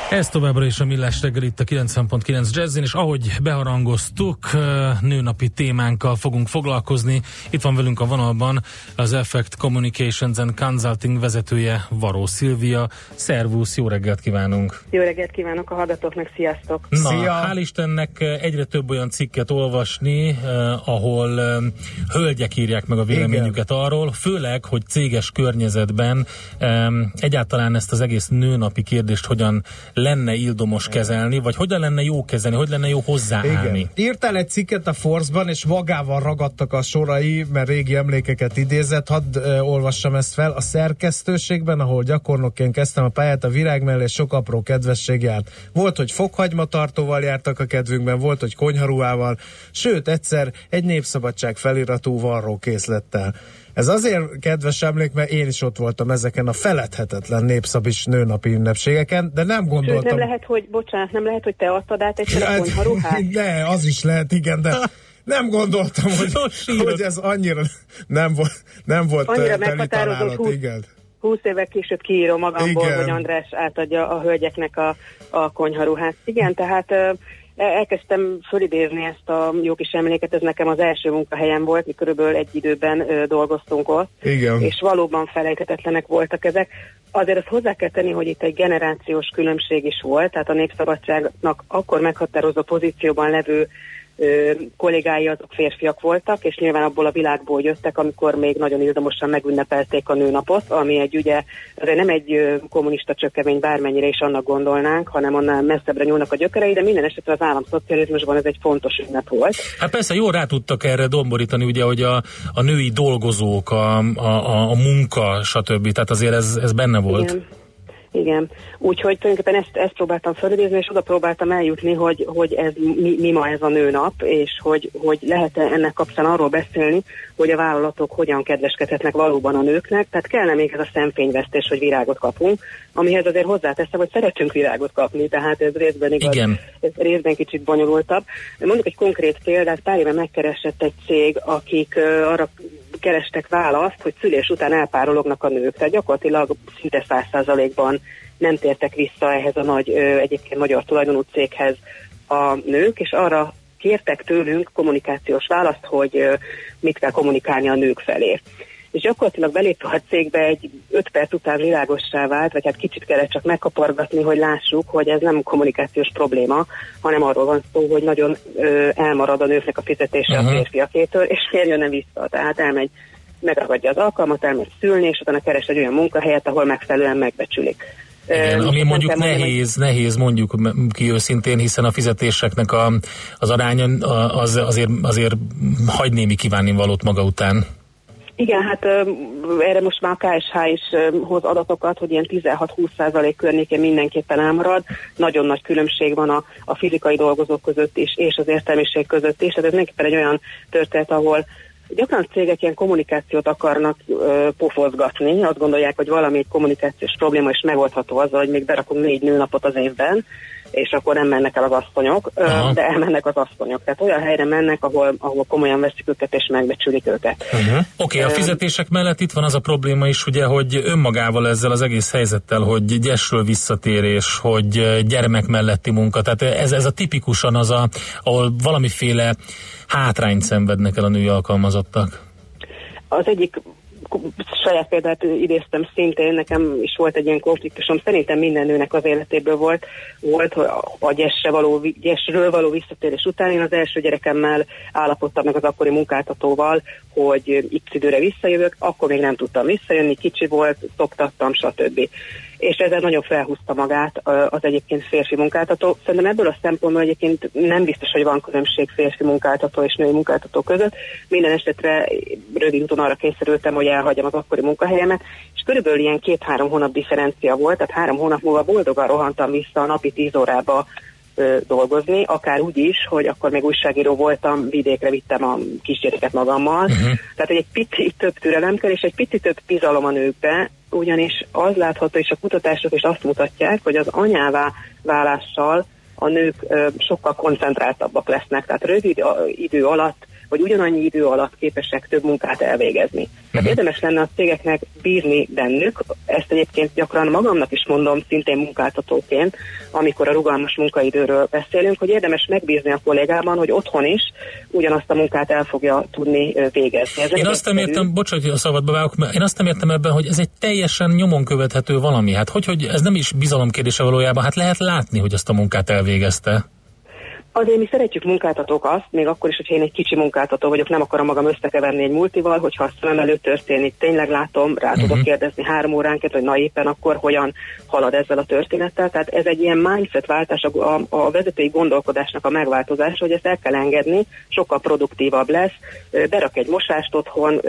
S5: Ez továbbra is a Millás reggel itt a kilencven pont kilenc Jazzin, és ahogy beharangoztuk, nőnapi témánkkal fogunk foglalkozni. Itt van velünk a vonalban az Effect Communications and Consulting vezetője, Varó Szilvia. Szervusz, jó reggelt kívánunk!
S17: Jó reggelt kívánok a hallgatóknak, sziasztok!
S5: Na, Szia. Hál' Istennek egyre több olyan cikket olvasni, eh, ahol eh, hölgyek írják meg a véleményüket Igen. arról, főleg, hogy céges környezetben eh, egyáltalán ezt az egész nőnapi kérdést hogyan lenne ildomos kezelni, vagy hogyan lenne jó kezelni, hogy lenne jó hozzáállni.
S4: Igen. Írtál egy cikket a Force-ban, és magával ragadtak a sorai, mert régi emlékeket idézett. Hadd ö, olvassam ezt fel. A szerkesztőségben, ahol gyakornokként kezdtem a pályát, a virág mellé sok apró kedvesség járt. Volt, hogy fokhagymatartóval jártak a kedvünkben, volt, hogy konyharuhával, sőt, egyszer egy Népszabadság feliratú varrókészlettel. Ez azért kedves emlék, mert én is ott voltam ezeken a feledhetetlen népszabis nőnapi ünnepségeken, de nem gondoltam...
S17: Sőt, nem lehet, hogy, bocsánat, nem lehet, hogy te adtad át egyszer a konyharuhát?
S4: Ne, az is lehet, igen, de nem gondoltam, hogy, hogy ez annyira nem volt, nem volt
S17: annyira
S4: teli találat, húsz, igen.
S17: húsz évek később kiírom magamból,
S4: igen.
S17: hogy András átadja a hölgyeknek a, a konyharuhát. Igen, tehát... elkezdtem fölidézni ezt a jó kis emléket, ez nekem az első munkahelyem volt, mi körülbelül egy időben ö, dolgoztunk ott,
S4: Igen.
S17: és valóban felejthetetlenek voltak ezek. Azért azt hozzá kell tenni, hogy itt egy generációs különbség is volt, tehát a Népszabadságnak akkor meghatározó pozícióban levő ö, kollégái azok férfiak voltak, és nyilván abból a világból jöttek, amikor még nagyon ildomosan megünnepelték a nőnapot, ami egy ugye, azért nem egy ö, kommunista csökkemény, bármennyire is annak gondolnánk, hanem annál messzebbre nyúlnak a gyökerei, de minden esetre az államszocializmusban ez egy fontos ünnep volt.
S5: Hát persze, jól rá tudtak erre domborítani, ugye, hogy a, a női dolgozók, a, a, a munka, stb. Tehát azért ez, ez benne volt.
S17: Igen. Igen, úgyhogy tulajdonképpen ezt, ezt próbáltam felidézni, és oda próbáltam eljutni, hogy, hogy ez mi, mi ma ez a nőnap, és hogy, hogy lehet-e ennek kapcsán arról beszélni, hogy a vállalatok hogyan kedveskedhetnek valóban a nőknek, tehát kellene még ez a szemfényvesztés, hogy virágot kapunk, amihez azért hozzáteszem, hogy szeretünk virágot kapni, tehát ez részben igaz,
S5: Igen.
S17: ez részben kicsit bonyolultabb. Mondjuk egy konkrét példát, pár éve megkeresett egy cég, akik uh, arra kerestek választ, hogy szülés után elpárolognak a nők, tehát gyakorlatilag szinte száz százalékban nem tértek vissza ehhez a nagy, egyébként magyar tulajdonú céghez a nők, és arra kértek tőlünk kommunikációs választ, hogy mit kell kommunikálni a nők felé. És gyakorlatilag belépve a cégbe egy öt perc után világossá vált, vagy hát kicsit kellett csak megkapargatni, hogy lássuk, hogy ez nem kommunikációs probléma, hanem arról van szó, hogy nagyon ö, elmarad a nőknek a fizetése uh-huh. a férfiakétől, és miért jönne vissza. Tehát elmegy, megragadja az alkalmat, elmegy szülni, és utána keres egy olyan munkahelyet, ahol megfelelően megbecsülik.
S5: Igen, ami mondjuk nehéz, mondani, nehéz mondjuk ki őszintén, hiszen a fizetéseknek a, az aránya az, azért, azért hagy némi kívánnivalót maga után.
S17: Igen, hát erre most már a ká es há is hoz adatokat, hogy ilyen tizenhat-húsz százalék környékén mindenképpen elmarad. Nagyon nagy különbség van a, a fizikai dolgozók között is, és az értelmiség között is. Tehát ez mindenképpen egy olyan történet, ahol gyakran cégek ilyen kommunikációt akarnak ö, pofozgatni, azt gondolják, hogy valami egy kommunikációs probléma is megoldható azzal, hogy még berakunk négy nőnapot az évben, és akkor nem mennek el az asszonyok, ö, de elmennek az asszonyok. Tehát olyan helyre mennek, ahol, ahol komolyan veszik őket és megbecsülik őket.
S5: Uh-huh. Oké, okay, a fizetések mellett itt van az a probléma is, ugye, hogy önmagával ezzel az egész helyzettel, hogy gyesről visszatérés, hogy gyermek melletti munka, tehát ez, ez a tipikusan az, a, ahol valamiféle hátrányt szenvednek el a női alkalmazottak.
S17: Az egyik saját példát idéztem szintén, nekem is volt egy ilyen konfliktusom, szerintem minden nőnek az életéből volt, volt hogy a gyesre való, gyesről való visszatérés után én az első gyerekemmel állapodtam meg az akkori munkáltatóval, hogy x időre visszajövök, akkor még nem tudtam visszajönni, kicsi volt, szoktattam, stb. És ezzel nagyon felhúzta magát az egyébként férfi munkáltató. Szerintem ebből a szempontból egyébként nem biztos, hogy van különbség férfi munkáltató és női munkáltató között. Minden esetre rövid úton arra kényszerültem, hogy elhagyjam az akkori munkahelyemet, és körülbelül ilyen két-három hónap differencia volt, tehát három hónap múlva boldogan rohantam vissza a napi tíz órába ö, dolgozni, akár úgy is, hogy akkor még újságíró voltam, vidékre vittem a kisgyereket magammal. Uh-huh. Tehát egy picit több türelem kell, és egy picit több bizalom a nőkbe, ugyanis az látható, és a kutatások is azt mutatják, hogy az anyává válással a nők ö, sokkal koncentráltabbak lesznek, tehát rövid idő alatt hogy ugyanannyi idő alatt képesek több munkát elvégezni. Tehát uh-huh. érdemes lenne a cégeknek bízni bennük, ezt egyébként gyakran magamnak is mondom, szintén munkáltatóként, amikor a rugalmas munkaidőről beszélünk, hogy érdemes megbízni a kollégában, hogy otthon is ugyanazt a munkát el fogja tudni végezni. Ez
S5: én azt nem értem, bocsánat, hogy a szabadba vágok, én azt nem értem ebben, hogy ez egy teljesen nyomon követhető valami. Hát hogy, hogy ez nem is bizalomkérdése valójában, hát lehet látni, hogy azt a munkát elvégezte.
S17: Azért mi szeretjük munkáltatók azt, még akkor is, hogyha én egy kicsi munkáltató vagyok, nem akarom magam összekeverni egy multival, hogyha a szemem előtt történik, tényleg látom, rá uh-huh. tudok kérdezni három óránként, hogy na éppen akkor hogyan halad ezzel a történettel. Tehát ez egy ilyen mindset váltás, a, a vezetői gondolkodásnak a megváltozása, hogy ezt el kell engedni, sokkal produktívabb lesz, berak egy mosást otthon,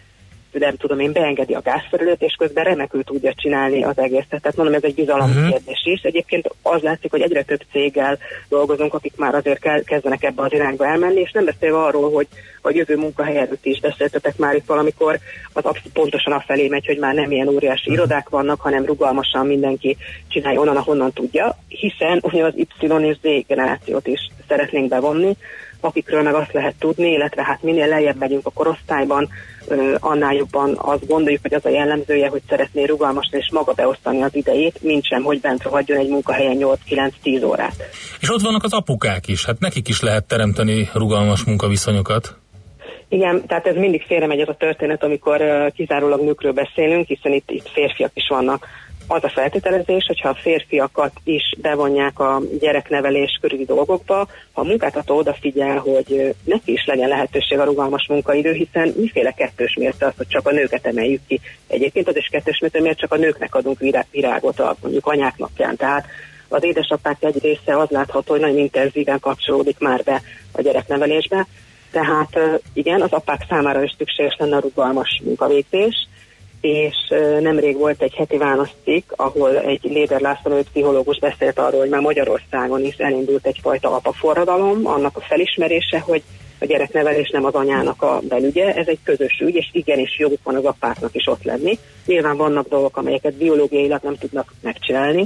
S17: nem tudom én, beengedi a gázszerelőt, és közben remekül tudja csinálni az egészet. Tehát mondom, ez egy bizalom uh-huh. kérdés is. Egyébként az látszik, hogy egyre több céggel dolgozunk, akik már azért kezdenek ebbe az irányba elmenni, és nem beszélve arról, hogy a jövő munkahelyről is beszéltetek már itt valamikor, az abszolút pontosan afelé megy, hogy már nem ilyen óriási uh-huh. irodák vannak, hanem rugalmasan mindenki csinálja onnan, ahonnan tudja, hiszen ugye az Y és Z generációt is szeretnénk bevonni, akikről meg azt lehet tudni, illetve hát minél lejjebb megyünk a korosztályban, annál jobban azt gondoljuk, hogy az a jellemzője, hogy szeretné rugalmasan és maga beosztani az idejét, mint sem, hogy bent rohadjon egy munkahelyen nyolc-kilenc-tíz órát.
S5: És ott vannak az apukák is, hát nekik is lehet teremteni rugalmas munkaviszonyokat.
S17: Igen, tehát ez mindig félremegy ez a történet, amikor uh, kizárólag nőkről beszélünk, hiszen itt, itt férfiak is vannak. Az a feltételezés, hogyha a férfiakat is bevonják a gyereknevelés körüli dolgokba, ha a munkáltató odafigyel, hogy neki is legyen lehetőség a rugalmas munkaidő, hiszen miféle kettős mérce az, hogy csak a nőket emeljük ki. Egyébként az is kettős mérce, miért csak a nőknek adunk virágot a mondjuk anyák napján. Tehát az édesapák egy része az látható, hogy nagyon intenzíven kapcsolódik már be a gyereknevelésbe. Tehát igen, az apák számára is szükséges lenne a rugalmas munkavégzés, és nemrég volt egy heti válaszcikk, ahol egy Léder László pszichológus beszélt arról, hogy már Magyarországon is elindult egyfajta apaforradalom, annak a felismerése, hogy a gyereknevelés nem az anyának a belügye, ez egy közös ügy, és igenis joguk van az apáknak is ott lenni. Nyilván vannak dolgok, amelyeket biológiailag nem tudnak megcsinálni,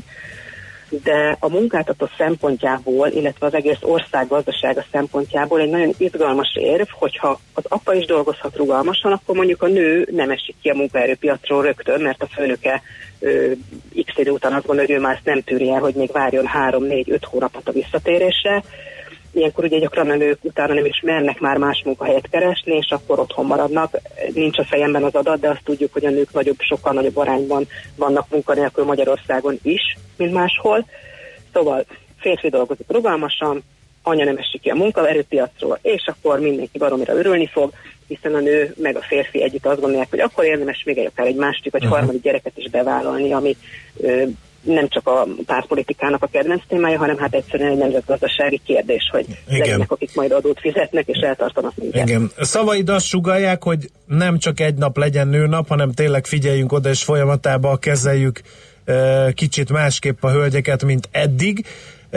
S17: de a munkáltató szempontjából, illetve az egész ország gazdasága szempontjából egy nagyon izgalmas érv, hogyha az apa is dolgozhat rugalmasan, akkor mondjuk a nő nem esik ki a munkaerőpiacról rögtön, mert a főnöke ö, x idő után azt gondolja, hogy ő már ezt nem tűri el, hogy még várjon három, négy, öt hónapot a visszatérésre. Ilyenkor ugye gyakran a nők utána nem is mernek már más munkahelyet keresni, és akkor otthon maradnak. Nincs a fejemben az adat, de azt tudjuk, hogy a nők nagyobb, sokkal nagyobb arányban vannak munkanélkül Magyarországon is, mint máshol. Szóval férfi dolgozik rugalmasan, anya nem esik ki a munkaerőpiacról, és akkor mindenki baromira örülni fog, hiszen a nő meg a férfi együtt azt gondolják, hogy akkor érdemes még egy, akár egy másik vagy uh-huh. harmadik gyereket is bevállalni, ami ö, nem csak a pártpolitikának a kedvenc témája, hanem hát egyszerűen egy nemzetgazdasági kérdés, hogy legyenek, akik majd adót fizetnek, és eltartanak minket.
S4: Igen. Szavaid azt sugallják, hogy nem csak egy nap legyen nőnap, hanem tényleg figyeljünk oda, és folyamatában kezeljük uh, kicsit másképp a hölgyeket, mint eddig, uh,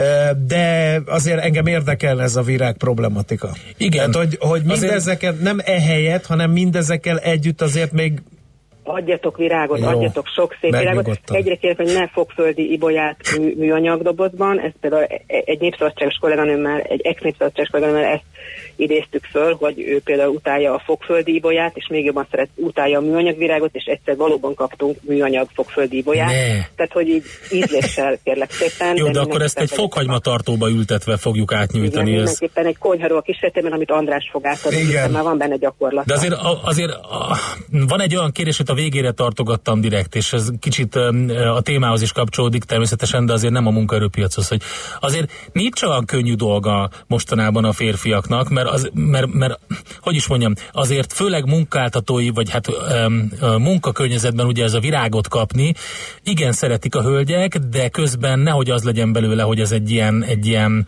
S4: de azért engem érdekel ez a virág problematika. Igen. Tehát, hogy, hogy mindezekkel, azért... nem ehelyett, hanem mindezekkel együtt azért még
S17: adjatok virágot, jó, adjatok sok szép virágot. Egyre kérek, hogy ne fogföldi ibolyát mű, műanyag dobozban. Ez például egy népszabadságos kolléganőmmel, egy ex-népszabadságos kolléganőmmel ezt idéztük föl, hogy ő például utálja a fogföldi ibolyát, és még jobban szeret, utálja a műanyag virágot, és egyszer valóban kaptunk műanyag fogföldi ibolyát. Ne. Tehát, hogy így ízléssel kérlek szépen.
S5: Jó, de, de akkor ezt egy fokhagymatartóba ültetve fogjuk átnyújtani.
S17: Igen, mindenképpen egy konyharól kísérletében, amit András fog átadni, hiszen már van benne gyakorlat.
S5: De azért, azért van egy olyan kérdés, hogy a végére tartogattam direkt, és ez kicsit a témához is kapcsolódik természetesen, de azért nem a munkaerőpiachoz, hogy azért nincs olyan könnyű dolga mostanában a férfiaknak, mert, az, mert, mert hogy is mondjam, azért főleg munkáltatói, vagy hát munkakörnyezetben ugye ez a virágot kapni, igen szeretik a hölgyek, de közben nehogy az legyen belőle, hogy ez egy ilyen, egy ilyen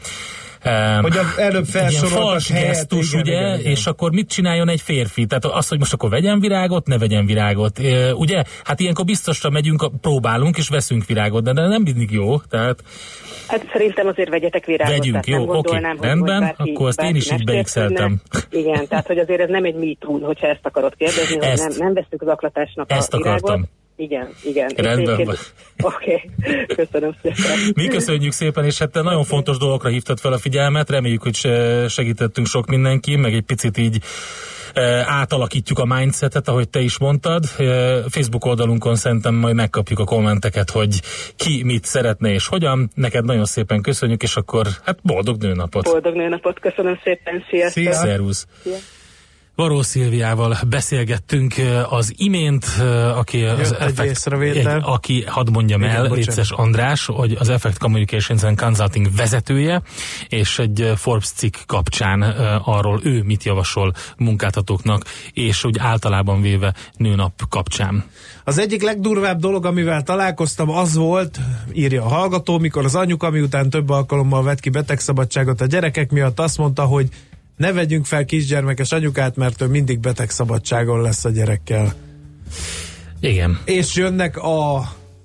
S5: Um,
S4: hogy az előbb felsorolt
S5: gesztus, ugye, igen, igen. És akkor mit csináljon egy férfi? Tehát az, hogy most akkor vegyen virágot, ne vegyen virágot. E, ugye? Hát ilyenkor biztosra megyünk, próbálunk és veszünk virágot, de nem mindig jó. Tehát...
S17: Hát szerintem azért vegyetek virágot.
S5: Vegyünk, jó, oké, okay. Rendben, bárki, akkor azt én is így beixeltem.
S17: Igen, tehát hogy azért ez nem egy me too, hogyha ezt akarod kérdezni, ezt, hogy nem, nem veszünk zaklatásnak
S5: ezt
S17: a virágot.
S5: Akartam.
S17: Igen, igen.
S5: Rendben van.
S17: Oké, okay. Köszönöm szépen.
S5: Mi köszönjük szépen, és hát te nagyon fontos dolgokra hívtad fel a figyelmet, reméljük, hogy segítettünk sok mindenki, meg egy picit így átalakítjuk a mindsetet, ahogy te is mondtad. Facebook oldalunkon szerintem majd megkapjuk a kommenteket, hogy ki mit szeretne és hogyan. Neked nagyon szépen köszönjük, és akkor hát boldog nőnapot!
S17: Boldog nőnapot, köszönöm szépen, sziasztok!
S5: Szia. Szervusz! Szia. Varó Szilviával beszélgettünk az imént, aki, az Effect, egy, aki hadd mondjam el, Léces András, hogy az Effect Communications and Consulting vezetője, és egy Forbes cikk kapcsán arról ő mit javasol munkáltatóknak, és úgy általában véve nőnap kapcsán.
S4: Az egyik legdurvább dolog, amivel találkoztam, az volt, írja a hallgató, mikor az anyuka, miután több alkalommal vett ki betegszabadságot a gyerekek miatt, azt mondta, hogy ne vegyünk fel kisgyermekes anyukát, mert ő mindig betegszabadságon lesz a gyerekkel.
S5: Igen.
S4: És jönnek a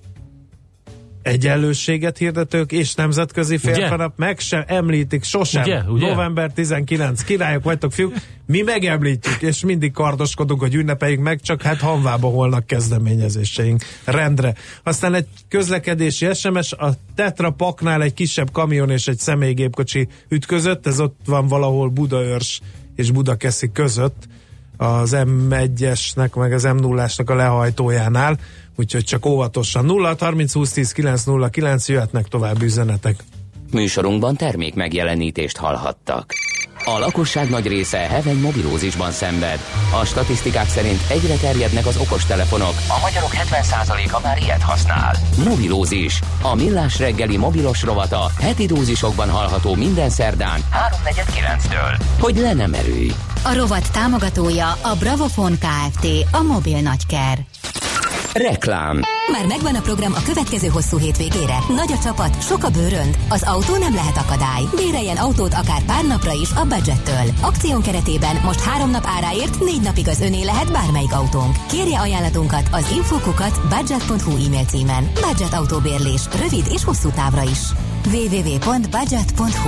S4: egyenlőséget hirdetők és nemzetközi férfinap, meg sem említik sosem.
S5: Ugye? Ugye?
S4: november tizenkilencedike, királyok vagytok, fiúk, mi megemlítjük, és mindig kardoskodunk, hogy ünnepeljük meg, csak hát hanvába holnak kezdeményezéseink rendre. Aztán egy közlekedési es em es, a Tetra Paknál egy kisebb kamion és egy személygépkocsi ütközött, ez ott van valahol Budaörs és Budakeszi között, az em egyesnek meg az em nullásnak a lehajtójánál, úgyhogy csak óvatosan. Nulla harminc húsz tíz kilenc nulla kilenc, jöhetnek tovább üzenetek.
S1: Műsorunkban termék megjelenítést hallhattak. A lakosság nagy része heveny mobilózisban szenved. A statisztikák szerint egyre terjednek az okostelefonok. A magyarok hetven százaléka már ilyet használ. Mobilózis. A millás reggeli mobilos rovata heti dózisokban hallható minden szerdán háromnegyed kilenctől. Hogy le nem erőj.
S18: A rovat támogatója a Bravofon Kft. A mobil nagyker.
S1: Reklám.
S18: Már megvan a program a következő hosszú hétvégére. Nagy a csapat, sok a bőrönd. Az autó nem lehet akadály. Béreljen autót akár pár napra is a Budgettől. Akción keretében most három nap áráért négy napig az öné lehet bármelyik autónk. Kérje ajánlatunkat az infokukat budget pont hu e-mail címen. Budget autóbérlés, rövid és hosszú távra is. double-u double-u double-u pont budget pont hu.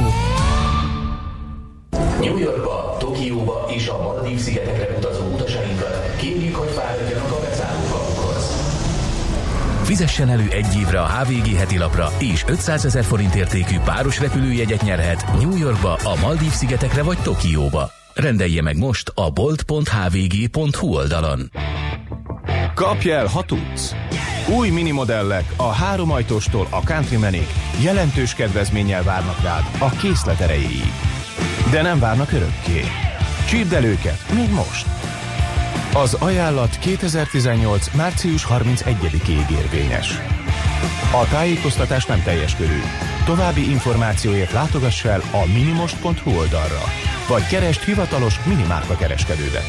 S10: New Yorkba, Tokióba és a Maldív-szigetekre utazó utasainkat kérjük, hogy fáradjanak a beszállókapukhoz.
S2: Fizessen elő egy évre a há vé gé heti lapra, és ötszázezer forint értékű páros repülőjegyet nyerhet New Yorkba, a Maldív-szigetekre vagy Tokióba. Rendelje meg most a bolt pont h v g pont hu oldalon.
S14: Kapj el, ha tudsz! Új minimodellek a három ajtóstól a Countrymanig jelentős kedvezménnyel várnak rád a készlet erejéig. De nem várnak örökké. Csípd el őket még most! Az ajánlat kétezer-tizennyolc. március harmincegyedikéig érvényes. A tájékoztatás nem teljes körű. További információért látogass el a minimost pont hu oldalra, vagy keresd hivatalos minimárka kereskedődet.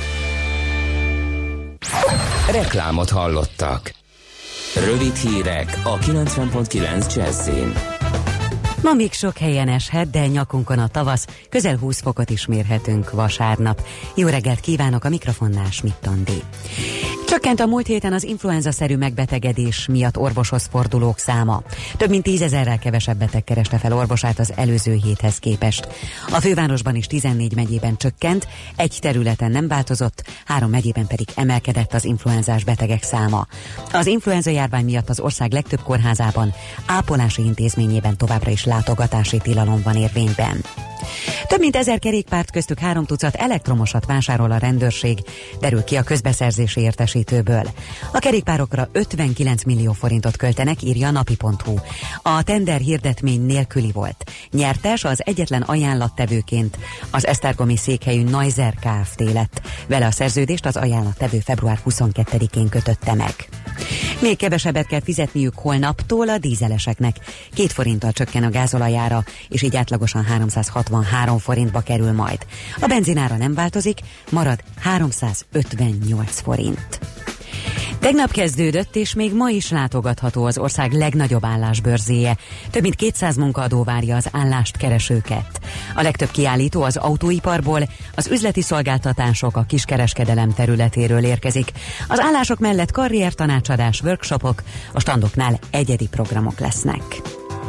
S1: Reklámot hallottak. Rövid hírek a kilencven pont kilenc Jazzin.
S15: Ma még sok helyen eshet, de nyakunkon a tavasz, közel húsz fokot is mérhetünk vasárnap. Jó reggelt kívánok, a mikrofonnál Schmidt Andi. Csökkent a múlt héten az influenza-szerű megbetegedés miatt orvoshoz fordulók száma. Több mint tízezerrel kevesebb beteg kereste fel orvosát az előző héthez képest. A fővárosban is tizennégy megyében csökkent, egy területen nem változott, három megyében pedig emelkedett az influenzás betegek száma. Az influenza járvány miatt az ország legtöbb kórházában, ápolási intézményében továbbra is látogatási tilalom van érvényben. Több mint ezer kerékpárt, köztük három tucat elektromosat vásárol a rendőrség, derül ki a közbeszerzési értesítőből. A kerékpárokra ötvenkilenc millió forintot költenek, írja a napi pont hu. A tender hirdetmény nélküli volt. Nyertes az egyetlen ajánlattevőként az esztergomi székhelyű Neuser Kft. Lett. Vele a szerződést az ajánlattevő február huszonkettedikén kötötte meg. Még kevesebbet kell fizetniük holnaptól a dízeleseknek. Két forinttal csökken a gázolajára, és így átlagosan háromszázhatvanhárom forintba kerül majd. A benzinára nem változik, marad háromszázötvennyolc forint. Tegnap kezdődött, és még ma is látogatható az ország legnagyobb állásbörzéje. Több mint kétszáz munkaadó várja az állást keresőket. A legtöbb kiállító az autóiparból, az üzleti szolgáltatások, a kiskereskedelem területéről érkezik. Az állások mellett karriertanácsadás, workshopok, a standoknál egyedi programok lesznek.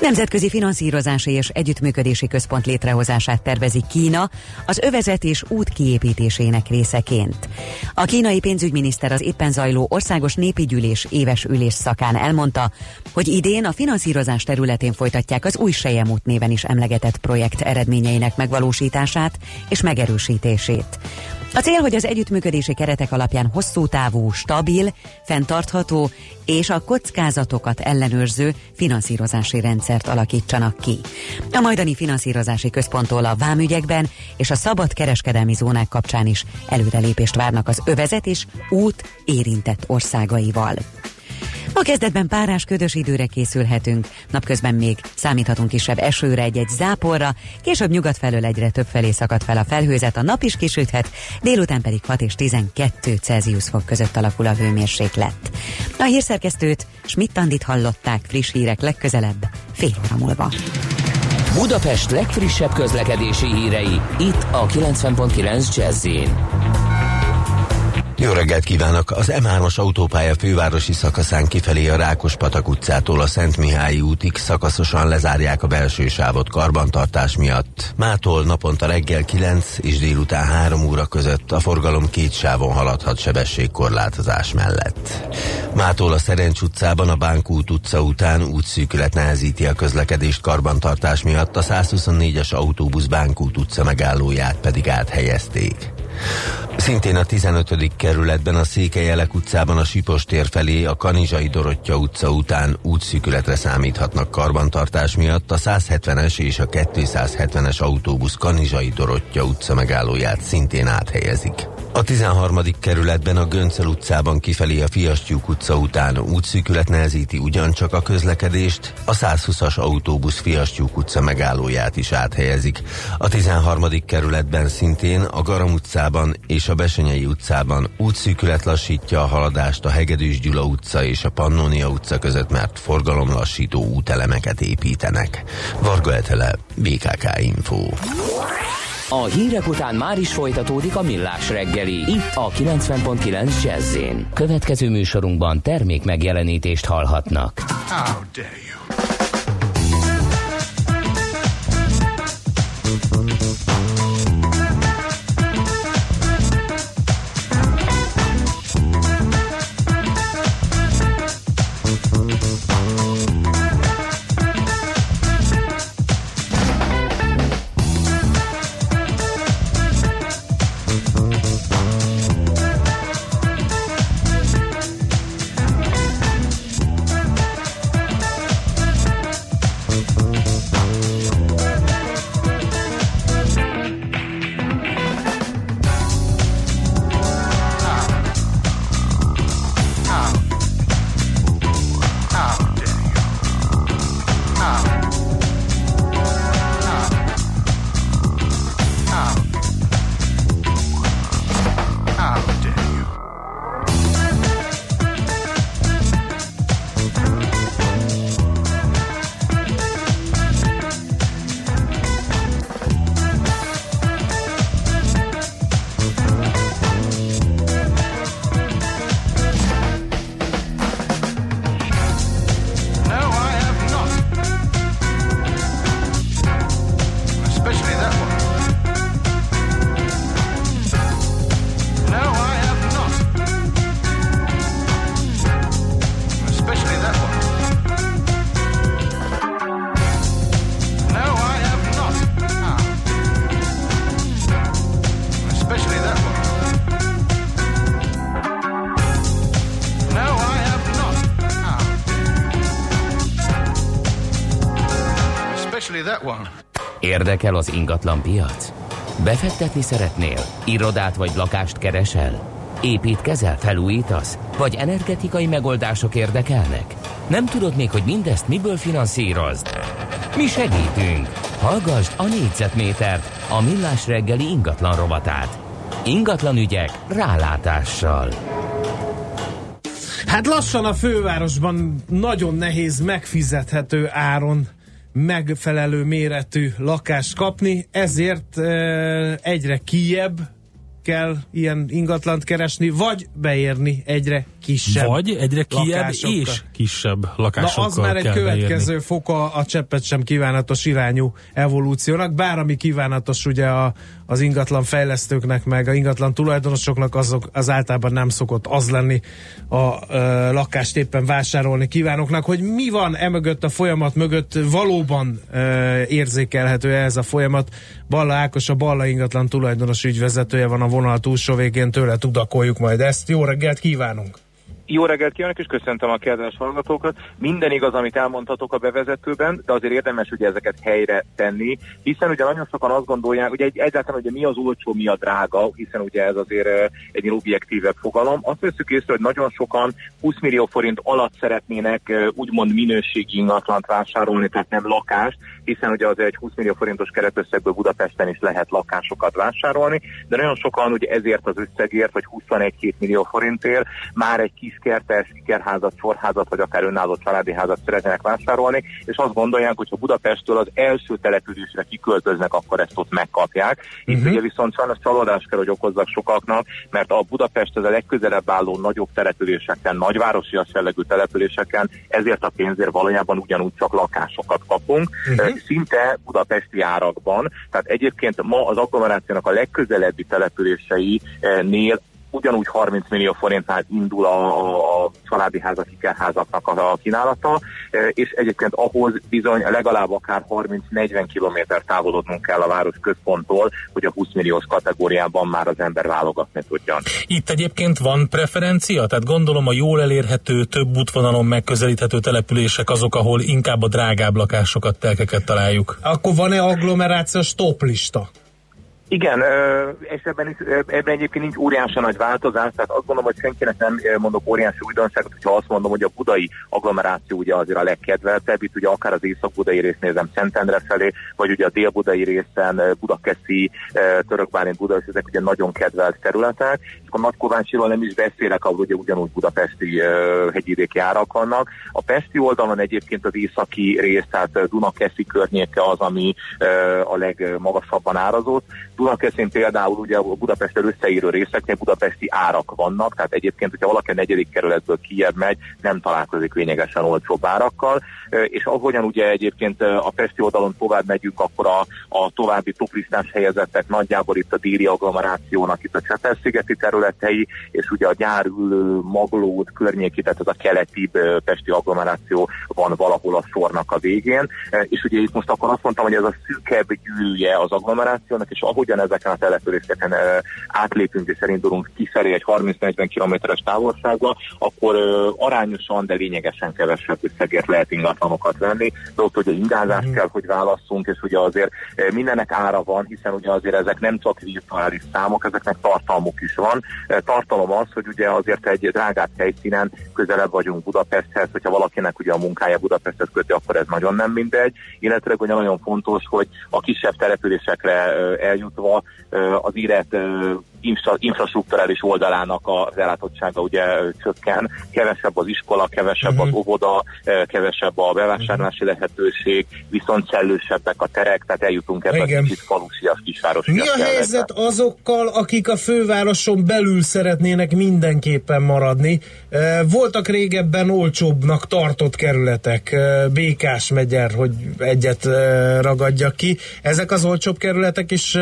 S15: Nemzetközi finanszírozási és együttműködési központ létrehozását tervezi Kína az övezet és út kiépítésének részeként. A kínai pénzügyminiszter az éppen zajló országos népi gyűlés éves ülés szakán elmondta, hogy idén a finanszírozás területén folytatják az új Selyemút néven is emlegetett projekt eredményeinek megvalósítását és megerősítését. A cél, hogy az együttműködési keretek alapján hosszú távú, stabil, fenntartható és a kockázatokat ellenőrző finanszírozási rendszert alakítsanak ki. A majdani finanszírozási központtól a vámügyekben és a szabad kereskedelmi zónák kapcsán is előrelépést várnak az övezet és út érintett országaival. A kezdetben párás, ködös időre készülhetünk, napközben még számíthatunk kisebb esőre, egy-egy záporra, később nyugat felől egyre több felé szakad fel a felhőzet, a nap is kisüthet, délután pedig hat és tizenkettő Celsius fok között alakul a hőmérséklet. A hírszerkesztőt, Schmidt-Andit hallották, friss hírek legközelebb, fél óra múlva.
S1: Budapest legfrissebb közlekedési hírei, itt a kilencven pont kilenc Jazz-in.
S19: Jó reggelt kívánok! Az M hármas autópálya fővárosi szakaszán kifelé a Rákospatak utcától a Szentmihályi útig szakaszosan lezárják a belső sávot karbantartás miatt. Mától naponta reggel kilenc és délután három óra között a forgalom két sávon haladhat sebességkorlátozás mellett. Mától a Szerencs utcában a Bánkút utca után útszűkület nehezíti a közlekedést karbantartás miatt, a százhuszonnégyes autóbusz Bánkút utca megállóját pedig áthelyezték. Szintén a tizenötödik kerületben a Székelyelek utcában a Sipos tér felé a Kanizsai Dorottya utca után útszűkületre számíthatnak karbantartás miatt, a százhetvenes és a kétszázhetvenes autóbusz Kanizsai Dorottya utca megállóját szintén áthelyezik. A tizenharmadik kerületben a Göncel utcában kifelé a Fiastyúk utca után útszűkület nehezíti ugyancsak a közlekedést, a százhúszas autóbusz Fiastyúk utca megállóját is áthelyezik. A tizenharmadik kerületben szintén a Garam utcában és a Besenyei utcában útszűkület lassítja a haladást a Hegedűs Gyula utca és a Pannonia utca között, mert forgalomlassító útelemeket építenek. Varga Etele, bé ká ká Info.
S1: A hírek után már is folytatódik a Millás reggeli, itt a kilencven pont kilenc Jazz-in. Következő műsorunkban termék megjelenítést hallhatnak.
S12: How dare you?
S1: Érdekel az ingatlan piac? Befektetni szeretnél? Irodát vagy lakást keresel? Építkezel, felújítasz? Vagy energetikai megoldások érdekelnek? Nem tudod még, hogy mindezt miből finanszírozd? Mi segítünk! Hallgasd a Négyzetmétert, a Millás reggeli ingatlan rovatát. Ingatlan ügyek rálátással.
S4: Hát lassan a fővárosban nagyon nehéz megfizethető áron megfelelő méretű lakást kapni, ezért e, egyre kijebb kell ilyen ingatlant keresni, vagy beérni egyre kisebb
S5: Vagy egyre kijebb és kisebb lakásokkal.
S4: Na az már egy következő
S5: beérni.
S4: foka a cseppet sem kívánatos irányú evolúciónak, bár ami kívánatos ugye a, az ingatlan fejlesztőknek, meg a ingatlan tulajdonosoknak, azok az általában nem szokott az lenni a ö, lakást éppen vásárolni kívánoknak, hogy mi van emögött a folyamat mögött, valóban ö, érzékelhető ez a folyamat. Balla Ákos, a Balla ingatlan tulajdonos ügyvezetője van a vonal túlsó végén, tőle tudakoljuk majd ezt. Jó reggelt kívánunk!
S20: Jó reggelt kívánok, és köszöntöm a kedves hallgatókat. Minden igaz, amit elmondhatok a bevezetőben, de azért érdemes ugye ezeket helyre tenni, hiszen ugye nagyon sokan azt gondolják, ugye egy, egyáltalán ugye mi az olcsó, mi a drága, hiszen ugye ez azért egy objektívebb fogalom. Azt veszük észre, hogy nagyon sokan húsz millió forint alatt szeretnének úgymond minőségi ingatlant vásárolni, tehát nem lakást, hiszen ugye azért egy húsz millió forintos keretösszegből Budapesten is lehet lakásokat vásárolni, de nagyon sokan ugye ezért az összegért, vagy huszonegy-két millió forintért már egy kis kertes, ikerházat, sorházat, vagy akár önálló családi házat szeretnének vásárolni, és azt gondolják, hogy ha Budapesttől az első településre kiköltöznek, akkor ezt ott megkapják. Itt uh-huh. ugye viszont sajnos csalódást kell, hogy okozzak sokaknak, mert a Budapest az a legközelebb álló nagyobb településeken, nagyvárosias jellegű településeken, ezért a pénzért valójában ugyanúgy csak lakásokat kapunk, uh-huh. szinte budapesti árakban. Tehát egyébként ma az agglomerációnak a legközelebbi településeinél ugyanúgy harminc millió forintnál indul a, a, a családi házak, ikerházaknak a, a kínálata, és egyébként ahhoz bizony legalább akár harminc-negyven kilométer távolodnunk kell a város központtól, hogy a húsz milliós kategóriában már az ember válogatni tudjon.
S5: Itt egyébként van preferencia? Tehát gondolom a jól elérhető, több útvonalon megközelíthető települések azok, ahol inkább a drágább lakásokat, telkeket találjuk.
S4: Akkor van-e agglomerációs toplista?
S20: Igen, és ebben, is, ebben egyébként nincs óriási nagy változás, tehát azt gondolom, hogy senkinek nem mondok óriási újdonságot, hogyha azt mondom, hogy a budai agglomeráció ugye azért a legkedveltebb, itt ugye akár az észak-budai részt nézem Szentendre felé, vagy ugye a dél-budai részen Budakeszi, Törökbálint, Budaörs, ezek ugye nagyon kedvelt területek, és a Nagykovácsiról nem is beszélek, ahol ugye ugyanúgy budapesti hegyvidéki árak vannak. A pesti oldalon egyébként az északi rész, tehát Dunakeszi környéke az, ami a legmagasabban árazott. Dunakeszin például ugye a Budapesttel összeírő részeknél budapesti árak vannak, tehát egyébként, hogyha valaki a negyedik kerületből kijebb megy, nem találkozik lényegesen olcsóbb árakkal, és ahogyan ugye egyébként a pesti oldalon tovább megyünk, akkor a, a további toplistás helyezettek nagyjából itt a déli agglomerációnak, itt a Csepel-szigeti területei, és ugye a Gyárülő, Maglód környéki, tehát ez a keleti pesti agglomeráció van valahol a sornak a végén, és ugye itt most akkor azt mondtam, hogy ez a szűkebb gyűrűje az agglomerációnak, és ahogyan ezeken a településeken átlépünk és elindulunk kifelé egy harminc-negyven kilométeres távolságba, akkor arányosan, de lényegesen kevesebb összegért lehet ingatlanokat venni. De ott ugye ingázást mm. kell, hogy válasszunk, és ugye azért mindennek ára van, hiszen ugye azért ezek nem csak virtuális számok, ezeknek tartalmuk is van. Tartalom az, hogy ugye azért egy drágább helyszínen közelebb vagyunk Budapesthez, hogyha valakinek ugye a munkája Budapesthez köti, akkor ez nagyon nem mindegy. Illetve ugye nagyon fontos, hogy a kisebb településekre eljutva az érett infra, infrastrukturális oldalának az ellátottsága ugye csökken, kevesebb az iskola, kevesebb uh-huh. az óvoda, kevesebb a bevásárlási uh-huh. lehetőség, viszont szellősebbek a terek, tehát eljutunk ebbe a kicsit falusias, kisvárosias.
S4: Mi a területbe. Helyzet azokkal, akik a fővároson belül szeretnének mindenképpen maradni? Voltak régebben olcsóbbnak tartott kerületek, Békás-megyer, hogy egyet ragadjak ki. Ezek az olcsóbb kerületek is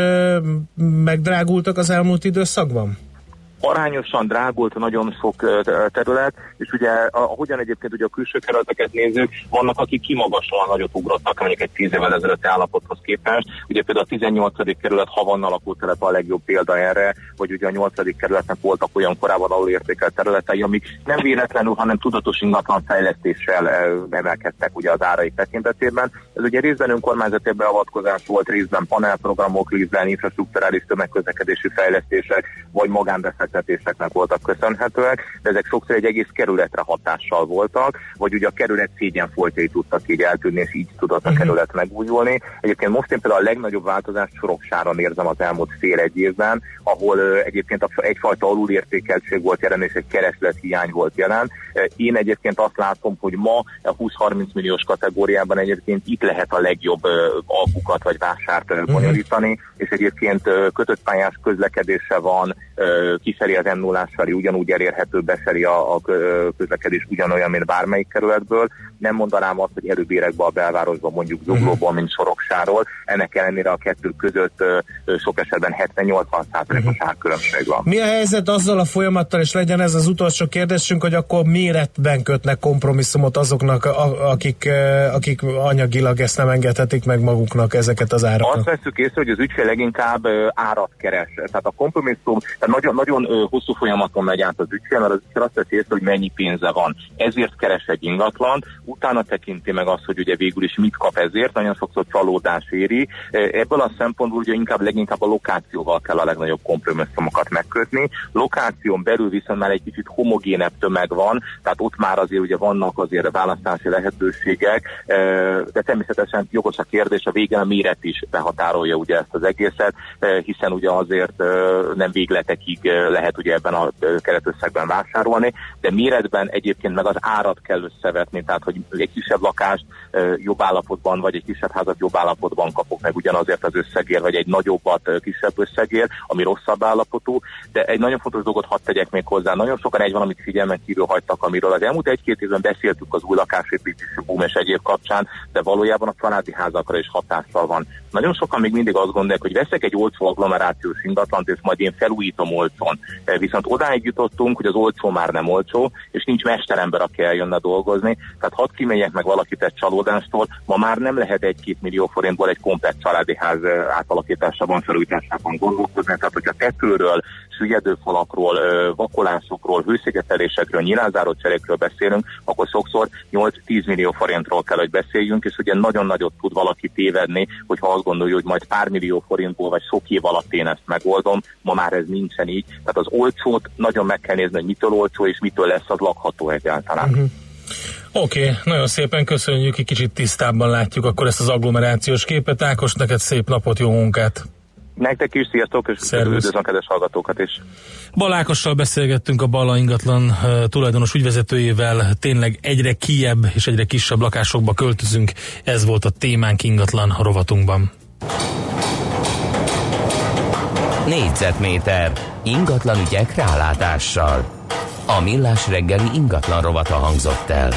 S4: megdrágultak az elmúlt időszakban?
S20: Arányosan drágult nagyon sok terület, és ugye ahogyan egyébként ugye a külső kerületeket nézzük, vannak, akik kimagaslóan nagyot ugrottak, mondjuk egy tíz évvel ezelőtti állapothoz képest. Ugye például a tizennyolcadik kerület Havanna lakótelep a legjobb példa erre, hogy ugye a nyolcadik kerületnek voltak olyan korábban alul értékelt területei, amik nem véletlenül, hanem tudatos ingatlan fejlesztéssel emelkedtek ugye az árai tekintetében. Ez ugye részben önkormányzati beavatkozás volt, részben panelprogramok, részben infrastrukturális tömegközlekedési fejlesztések, vagy magánbefektetéseknek voltak köszönhetőek, de ezek sokszor egy egész kerületre hatással voltak, vagy ugye a kerület szégyenfoltjai tudtak így eltűnni, és így tudott a kerület megújulni. Egyébként most én például a legnagyobb változást Soroksáron érzem az elmúlt fél egy évben, ahol uh, egyébként egyfajta alulértékeltség volt jelen, és egy kereslethiány volt jelen. Uh, én egyébként azt látom, hogy ma a húsz-harminc milliós kategóriában egyébként itt lehet a legjobb uh, alkukat vagy vásárt uh, bonyolítani, uh-huh. és egyébként uh, kötött pályás közlekedése van, uh, kifelé az em nullás felé ugyanúgy elérhető, befelé a, a közlekedés ugyanolyan, mint bármelyik kerületből. Nem mondanám azt, hogy előbérekben a belvárosban, mondjuk Zuglóban, mint Soroksáról. Ennek ellenére a kettő között uh, sok esetben hetven-nyolcvan százalékos árkülönbség van.
S4: Mi a helyzet azzal a folyamattal, és legyen ez az utolsó kérdésünk, hogy akkor méretben kötnek kompromisszumot azoknak, a, akik, akik anyagilag ezt nem engedhetik meg maguknak, ezeket az árakat?
S20: Azt veszük észre, hogy az ügyfél leginkább árat keres. Tehát a kompromisszum tehát nagyon, nagyon hosszú folyamaton megy át az ügyfél, mert az ügyfél azt veszi észre, hogy mennyi pénze van. Ezért keres egy ingatlant, utána tekinti meg azt, hogy ugye végül is mit kap ezért, nagyon sokszor csalódás éri. Ebből a szempontból ugye inkább leginkább a lokációval kell a legnagyobb kompromisszumokat megkötni. Lokáción belül viszont már egy kicsit homogénebb tömeg van, tehát ott már azért ugye vannak azért választási lehetőségek, de természetesen jogos a kérdés, a végén a méret is behatárolja ugye ezt az egészet, hiszen ugye azért nem végletekig lehet ugye ebben a keretösszegben vásárolni, de méretben egyébként meg az árat kell összevetni, tehát hogy egy kisebb lakást jobb állapotban, vagy egy kisebb házat jobb állapotban kapok meg ugyanazért az összegért, vagy egy nagyobbat kisebb összegért, ami rosszabb állapotú, de egy nagyon fontos dolgot hadd tegyek még hozzá. Nagyon sokan egy valamit figyelmen kívül hagytak, amiről az elmúlt egy-két évben beszéltük az új lakásépítési boom és egyéb kapcsán, de valójában a családi házakra is hatással van. Nagyon sokan még mindig azt gondolják, hogy veszek egy olcsó agglomerációs ingatlant, és majd én felújítom olcsón. Viszont odáig jutottunk, hogy az olcsó már nem olcsó, és nincs mesterember, aki eljönne dolgozni. Tehát hadd kimenjek meg valakit egy csalódástól, ma már nem lehet egy-két millió forintból egy komplett családi ház átalakításában, felújításában gondolkozni. Tehát, hogyha tetőről, süllyedőfalakról, vakolásokról, hőszigetelésekről, nyilázárót cserékről beszélünk, akkor sokszor nyolc-tíz millió forintról kell, hogy beszéljünk, és ugye nagyon nagyot tud valaki tévedni, hogyha azt gondolja, hogy majd pár millió forintból vagy sok év alatt én ezt megoldom. Ma már ez nincsen így. Tehát az olcsót nagyon meg kell nézni, hogy mitől olcsó, és mitől lesz az lakható egyáltalán. Uh-huh.
S5: Oké, okay, nagyon szépen köszönjük, egy kicsit tisztábban látjuk akkor ezt az agglomerációs képet. Ákos, neked szép napot, jó munkát!
S20: Nektek is, sziasztok, és üdvözlöm kedves hallgatókat is.
S5: Bal Ákossal beszélgettünk, a Balla ingatlan uh, tulajdonos ügyvezetőjével. Tényleg egyre kijebb és egyre kisebb lakásokba költözünk. Ez volt a témánk ingatlan rovatunkban.
S1: Négyzetméter ingatlan ügyek rálátással. A Millás reggeli ingatlan rovata hangzott el.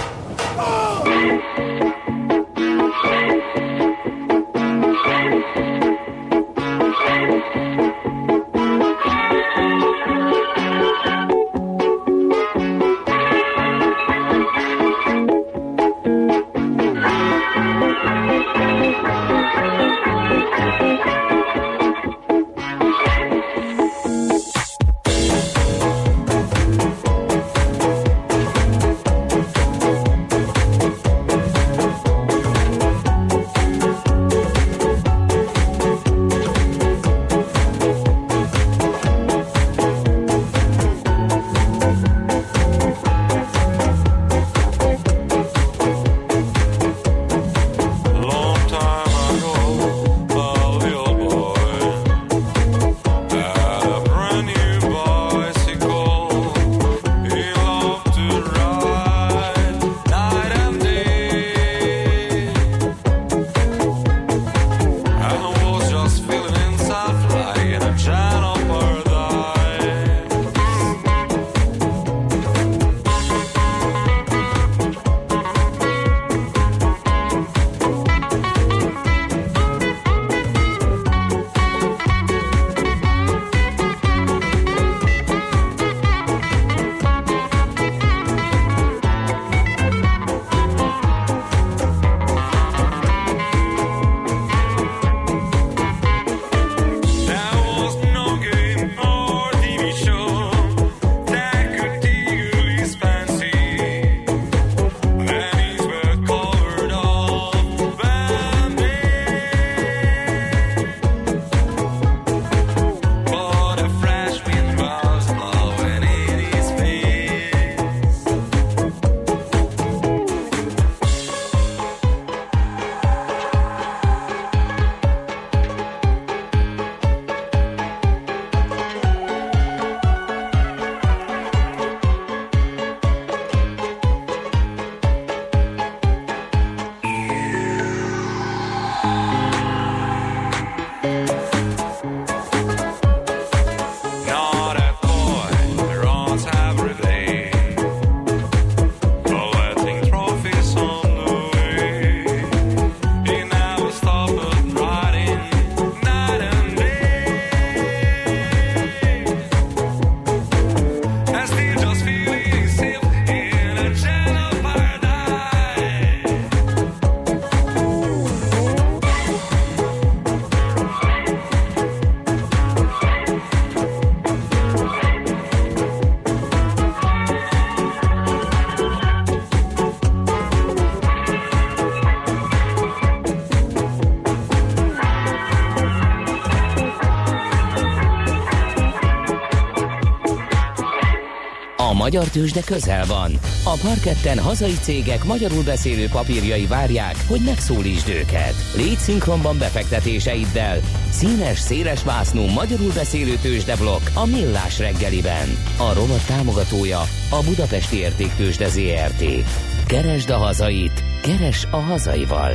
S1: magyar tőzsde közel van. A parketten hazai cégek magyarul beszélő papírjai várják, hogy megszólítsd őket. Légy szinkronban befektetéseiddel. Színes, széles vásznú magyarul beszélő tőzsdeblokk a Millás reggeliben. A rovat támogatója a Budapesti Értéktőzsde zé er té. Keresd a hazait, keres a hazaival.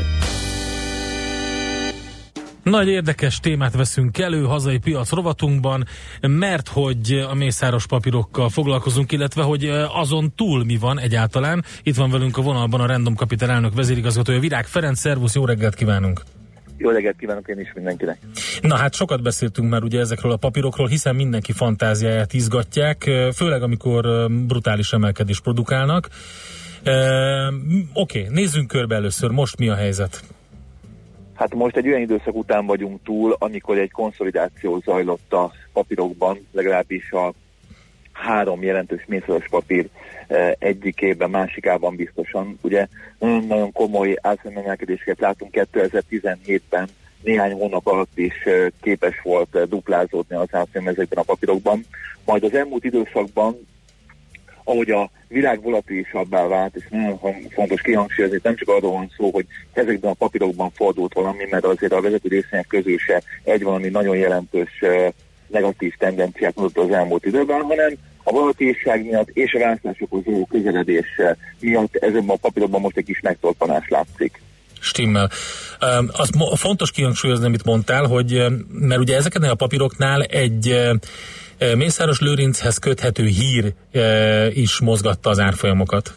S5: Nagy érdekes témát veszünk elő hazai piac rovatunkban, mert hogy a mészáros papírokkal foglalkozunk, illetve hogy azon túl mi van egyáltalán. Itt van velünk a vonalban a Random Capital elnök vezérigazgatója, Virág Ferenc. Szervusz, jó reggelt kívánunk!
S21: Jó reggelt kívánok én is mindenkinek!
S5: Na hát sokat beszéltünk már ugye ezekről a papírokról, hiszen mindenki fantáziáját izgatják, főleg amikor brutális emelkedést produkálnak. E, Oké, okay, nézzünk körbe először, most mi a helyzet?
S21: Hát most egy olyan időszak után vagyunk túl, amikor egy konszolidáció zajlott a papírokban, legalábbis a három jelentős mészáros papír egyikében, másikában biztosan. Ugye nagyon komoly árfolyamemelkedéseket látunk kétezer-tizenhétben, néhány hónap alatt is képes volt duplázódni az árfolyam ezekben a papírokban. Majd az elmúlt időszakban, ahogy a világ volatilisabbá vált, és nagyon fontos kihangsúlyozni, nem csak arról van szó, hogy ezekben a papírokban fordult valami, mert azért a vezető részvények közül se egy valami nagyon jelentős negatív tendenciát mutatott az elmúlt időben, hanem a volatilság miatt és a választásokhoz való közeledés miatt ezekben a papírokban most egy kis megtorpanás látszik.
S5: Stimmel. Az fontos kihangsúlyozni, amit mondtál, hogy mert ugye ezeknél a papíroknál egy Mészáros Lőrinchez köthető hír is mozgatta az árfolyamokat.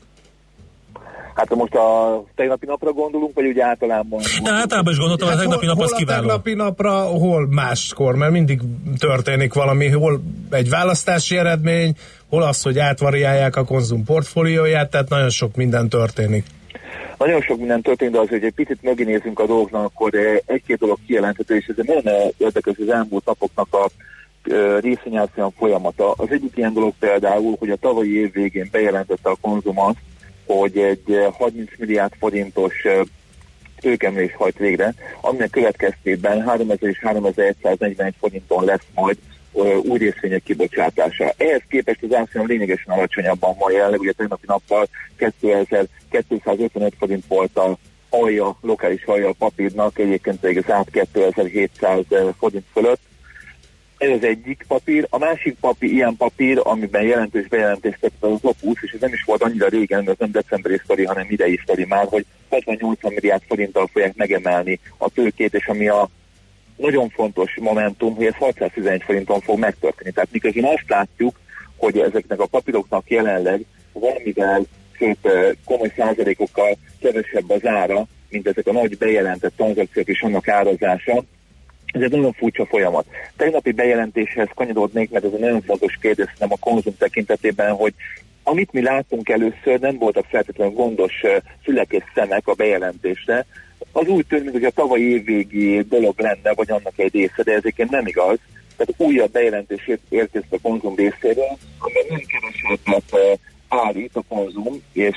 S21: Hát most a tegnapi napra gondolunk, vagy ugye általában?
S5: Na, általában is gondoltam, hát a tegnapi nap az kiváló.
S4: Hol a tegnapi napra, hol máskor, mert mindig történik valami, hol egy választási eredmény, hol az, hogy átvariálják a Konzum portfólióját, tehát nagyon sok minden történik.
S21: Nagyon sok minden történt, de az, hogy egy picit mögé nézünk a dolgoknak, akkor egy-két dolog kijelenthető, és ez nagyon érdekes az elmúlt napoknak a részvényárfolyam folyamata. Az egyik ilyen dolog például, hogy a tavalyi év végén bejelentette a Konzum azt, hogy egy harminc milliárd forintos tőkeemelést hajt végre, aminek következtében háromezer és háromezer-száznegyvenegy forinton lesz majd új részvények kibocsátása. Ehhez képest az árfolyam lényegesen alacsonyabban van jelenleg, ugye tegnapi nappal kétezer-kétszázötvenöt forint volt a alja, lokális alja a papírnak, egyébként pedig az át kétezer-hétszáz forint fölött. Ez az egyik papír. A másik papír, ilyen papír, amiben jelentős bejelentést tett az Opus, és ez nem is volt annyira régen, ez nem decemberi sztori, hanem idei sztori már, hogy hatvan-nyolcvan milliárd forinttal fogják megemelni a tőkét, és ami a nagyon fontos momentum, hogy ez hatszáztizenegy forinton fog megtörténni. Tehát miközben azt látjuk, hogy ezeknek a papíroknak jelenleg valamivel, sőt komoly százalékokkal kevesebb az ára, mint ezek a nagy bejelentett tranzakciók és annak árazása, ez egy nagyon furcsa folyamat. Tegnapi bejelentéshez kanyarodnék, mert ez egy nagyon fontos kérdés, nem a Konzum tekintetében, hogy amit mi láttunk először, nem voltak feltétlenül gondos fülek és szemek a bejelentésre. Az úgy tűnik, hogy a tavalyi évvégi dolog lenne, vagy annak egy része, de ezeket nem igaz. Tehát újabb bejelentés érkezett a Konzum részéről, amiben nem kevesebbet állít a Konzum, és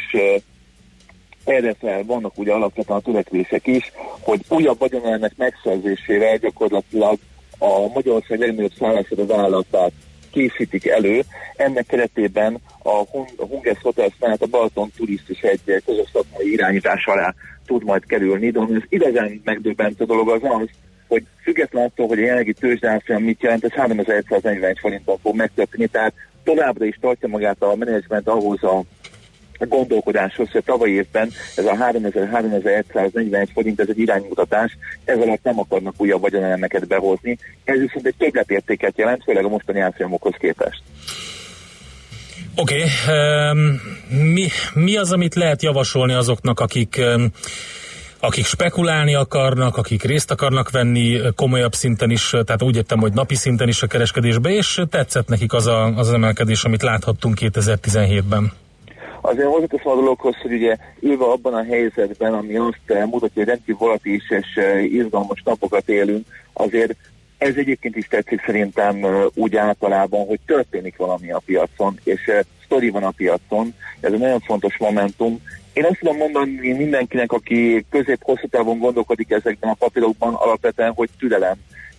S21: erre fel vannak ugye alapvetően a törekvések is, hogy újabb vagyonelmek megszerzésével gyakorlatilag a Magyarország legnagyobb szállásadó vállalatát készítik elő. Ennek keretében a Hungers Hotels mellett a Balaton Turist is egy közös szakmai irányítás alá tud majd kerülni, de az igazán megdöbbentő dolog az az, hogy függetlenül attól, hogy a jelenlegi tőzsdeárfolyam mit jelent, ez háromezer-száznegyvenegy forinton fog megtörténni, tehát továbbra is tartja magát a menedzsment ahhoz a gondolkodáshoz, hogy a tavalyi évben ez a háromezer-háromezer-száznegyvenegy forint, ez egy iránymutatás, ez alatt nem akarnak újabb vagyonelemeket behozni. Ez viszont egy többletértéket jelent, főleg a mostani árfolyamokhoz képest.
S5: Oké, okay. um, mi, mi az, amit lehet javasolni azoknak, akik um, akik spekulálni akarnak, akik részt akarnak venni komolyabb szinten is, tehát úgy értem, hogy napi szinten is a kereskedésbe, és tetszett nekik az a, az emelkedés, amit láthattunk kétezer-tizenhétben?
S21: Azért hozzáteszem a dologhoz, hogy ugye ülve abban a helyzetben, ami azt mutatja, hogy rendkívül volatilis és izgalmas napokat élünk, azért ez egyébként is tetszik szerintem úgy általában, hogy történik valami a piacon, és sztori van a piacon, ez egy nagyon fontos momentum. Én azt tudom mondani mindenkinek, aki közép-hosszú távon gondolkodik ezekben a papírokban alapvetően, hogy türelem.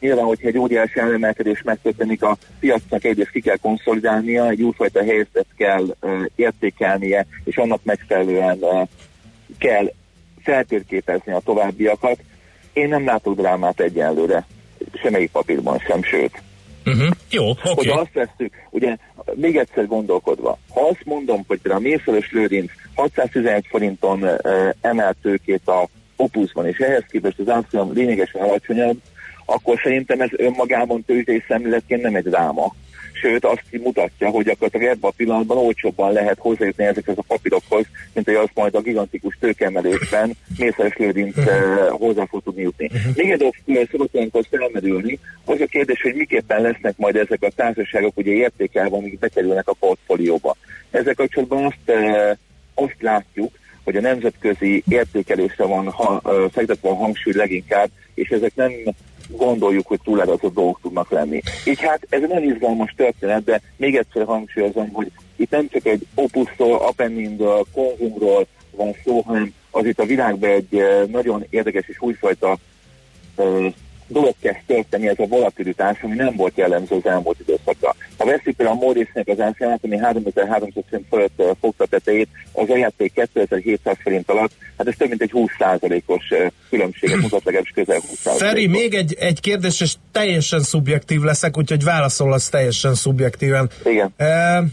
S21: nyilván, hogyha egy óriási áremelkedés megtörténik, a piacnak egyrészt ki kell konszolidálnia, egy újfajta helyzetet kell uh, értékelnie, és annak megfelelően uh, kell feltérképezni a továbbiakat. Én nem látok drámát egyenlőre, semmelyik papírban sem, sőt.
S5: Uh-huh. Jó, oké. Okay.
S21: Hogyha azt vesztük, ugye még egyszer gondolkodva, ha azt mondom, hogy például a Mészáros Lőrinc hatszáztizenegy forinton uh, emelt tőkét a Opusban, és ehhez képest az árfolyam lényegesen alacsonyabb, akkor szerintem ez önmagában tőzsdei szemléletként nem egy dráma. Sőt, azt mutatja, hogy gyakorlatilag ebben a pillanatban olcsóbban lehet hozzájutni ezekhez a papírokhoz, mint hogy azt majd a gigantikus tőkeemelésben Mészáros Lőrinc uh, hozzá fog tudni jutni. Uh-huh. Még egy dolog szokott ilyenkor felmerülni, az a kérdés, hogy miképpen lesznek majd ezek a társaságok ugye értékelve, amik bekerülnek a portfólióba. Ezzel kapcsolatban azt, uh, azt látjuk, hogy a nemzetközi értékelésre van ha, uh, fektetve a hangsúly leginkább, és ezek nem gondoljuk, hogy túlárazott dolgok tudnak lenni. Így hát ez egy izgalmas történet, de még egyszer hangsúlyozom, hogy itt nem csak egy Opusztól, Apennindől, Konzumról van szó, hanem az itt a világban egy nagyon érdekes és újfajta uh, dolog kezd történni, ez a volatilitás, ami nem volt jellemző az elmúlt időszakra. Ha veszik például a Módésznek az árfolyamát, ami háromezer-háromszáz forint fölött uh, fogta tetejét, az ajánlték kétezer-hétszáz forint alatt, hát ez több mint egy húsz százalékos uh, különbséget mutat, legalábbis közel húsz százalékos.
S4: Feri, még egy, egy kérdés, és teljesen szubjektív leszek, úgyhogy válaszolsz teljesen szubjektíven.
S21: Igen.
S4: Uh,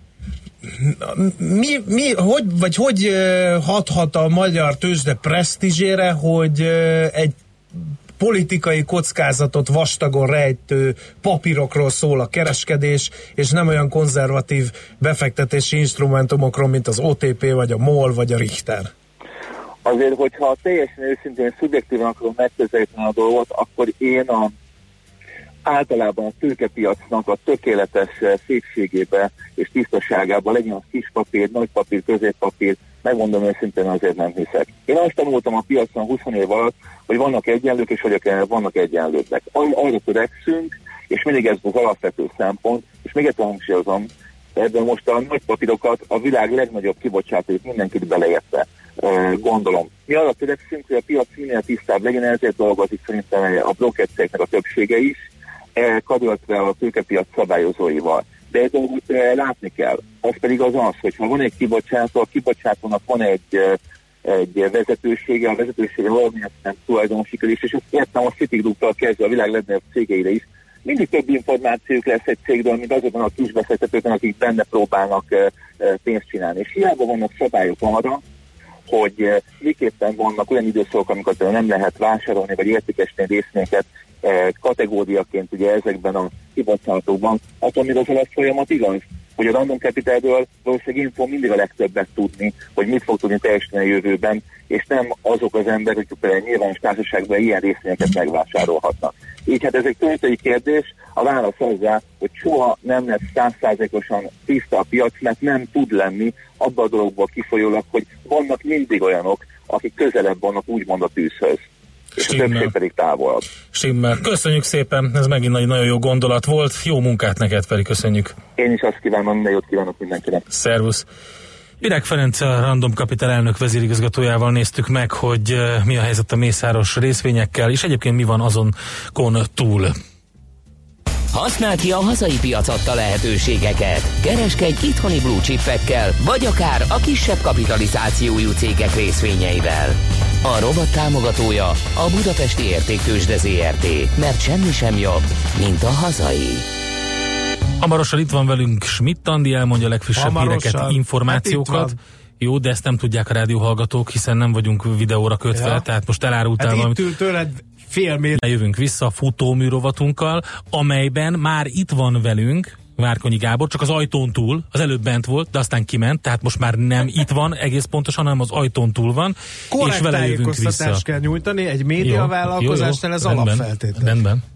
S4: mi, mi, hogy, vagy hogy uh, hathat a magyar tőzsde presztízsére, hogy uh, egy politikai kockázatot vastagon rejtő papírokról szól a kereskedés, és nem olyan konzervatív befektetési instrumentumokról, mint az o té pé, vagy a MOL, vagy a Richter?
S21: Azért, hogyha teljesen őszintén szubjektívan akarom megközelíteni a dolgot, akkor én a általában a tőkepiacnak a tökéletes szépségébe és tisztaságába, legyen az kis papír, nagy papír, középpapír, megmondom őszintén, azért nem hiszek. Én azt tanultam a piacon húsz év alatt, hogy vannak egyenlők, és hogy vannak egyenlőbbek. Arra törekszünk, és mindig ez az alapvető szempont, és még egyszer hangsúlyozom, ebben most a nagy papírokat a világ legnagyobb kibocsátóit mindenkit beleértve gondolom. Mi arra törekszünk, hogy a piac minél tisztább legyen, ezért dolgozik szerintem a brokercégnek a többsége is, karöltve a tőkepiac szabályozóival. De egy dolgot látni kell, az pedig az az, hogy ha van egy kibocsátó, a kibocsátónak van egy, egy vezetősége, a vezetősége valamilyen nem tulajdonosikodik, és ezt értem a Citigroup-tal kezdve a világ legnagyobb cégeire is. Mindig több információk lesz egy cégről, mint azokon a kisbefektetőkön, akik benne próbálnak pénzt csinálni. És hiába vannak szabályok arra, hogy miképpen vannak olyan időszakok, amikor nem lehet vásárolni, vagy értékesíteni részvényeket kategóriaként ugye ezekben a kibocsátókban, attól még az alatt folyamat igaz, hogy a Random Capitalből valószínűleg info mindig a legtöbbet tudni, hogy mit fog tudni teljesíteni a jövőben, és nem azok az emberek, akik például nyilvános társaságban ilyen részvényeket megvásárolhatnak. Így hát ez egy költői kérdés, a válasz azzá, hogy soha nem lesz száz százalékosan tiszta a piac, mert nem tud lenni abban a dologból kifolyólag, hogy vannak mindig olyanok, akik közelebb vannak úgymond a tűzhöz. És a többség pedig távolabb.
S5: Stimmel. Köszönjük szépen, ez megint egy nagyon jó gondolat volt. Jó munkát neked, Feri, köszönjük.
S21: Én is azt kívánom, minden jót kívánok mindenkinek.
S5: Szervusz. Virág Ferenc, a Random Capital elnök vezérigazgatójával néztük meg, hogy mi a helyzet a mészáros részvényekkel, és egyébként mi van azonkon túl.
S1: Használd ki a hazai piac adta lehetőségeket. Kereskedj itthoni blue chipekkel, vagy akár a kisebb kapitalizációjú cégek részvényeivel. A rovat támogatója a Budapesti Értéktőzsde zé er té, mert semmi sem jobb, mint a hazai.
S5: Hamarosan itt van velünk Schmidt Andi, elmondja a legfrissebb
S4: Hamarosan.
S5: híreket, információkat. Hát jó, de ezt nem tudják a rádióhallgatók, hiszen nem vagyunk videóra kötve, ja. Tehát most elárultál
S4: hát
S5: valamit.
S4: Itt ül tőled fél méter.
S5: Jövünk vissza a futóműrovatunkkal, amelyben már itt van velünk Várkonyi Gábor, csak az ajtón túl, az előbb bent volt, de aztán kiment, tehát most már nem itt van egész pontosan, hanem az ajtón túl van,
S4: korrekt
S5: és vele jövünk vissza.
S4: Kell nyújtani egy médiavállalkozásnál, ez alapfeltétel.
S5: Rendben.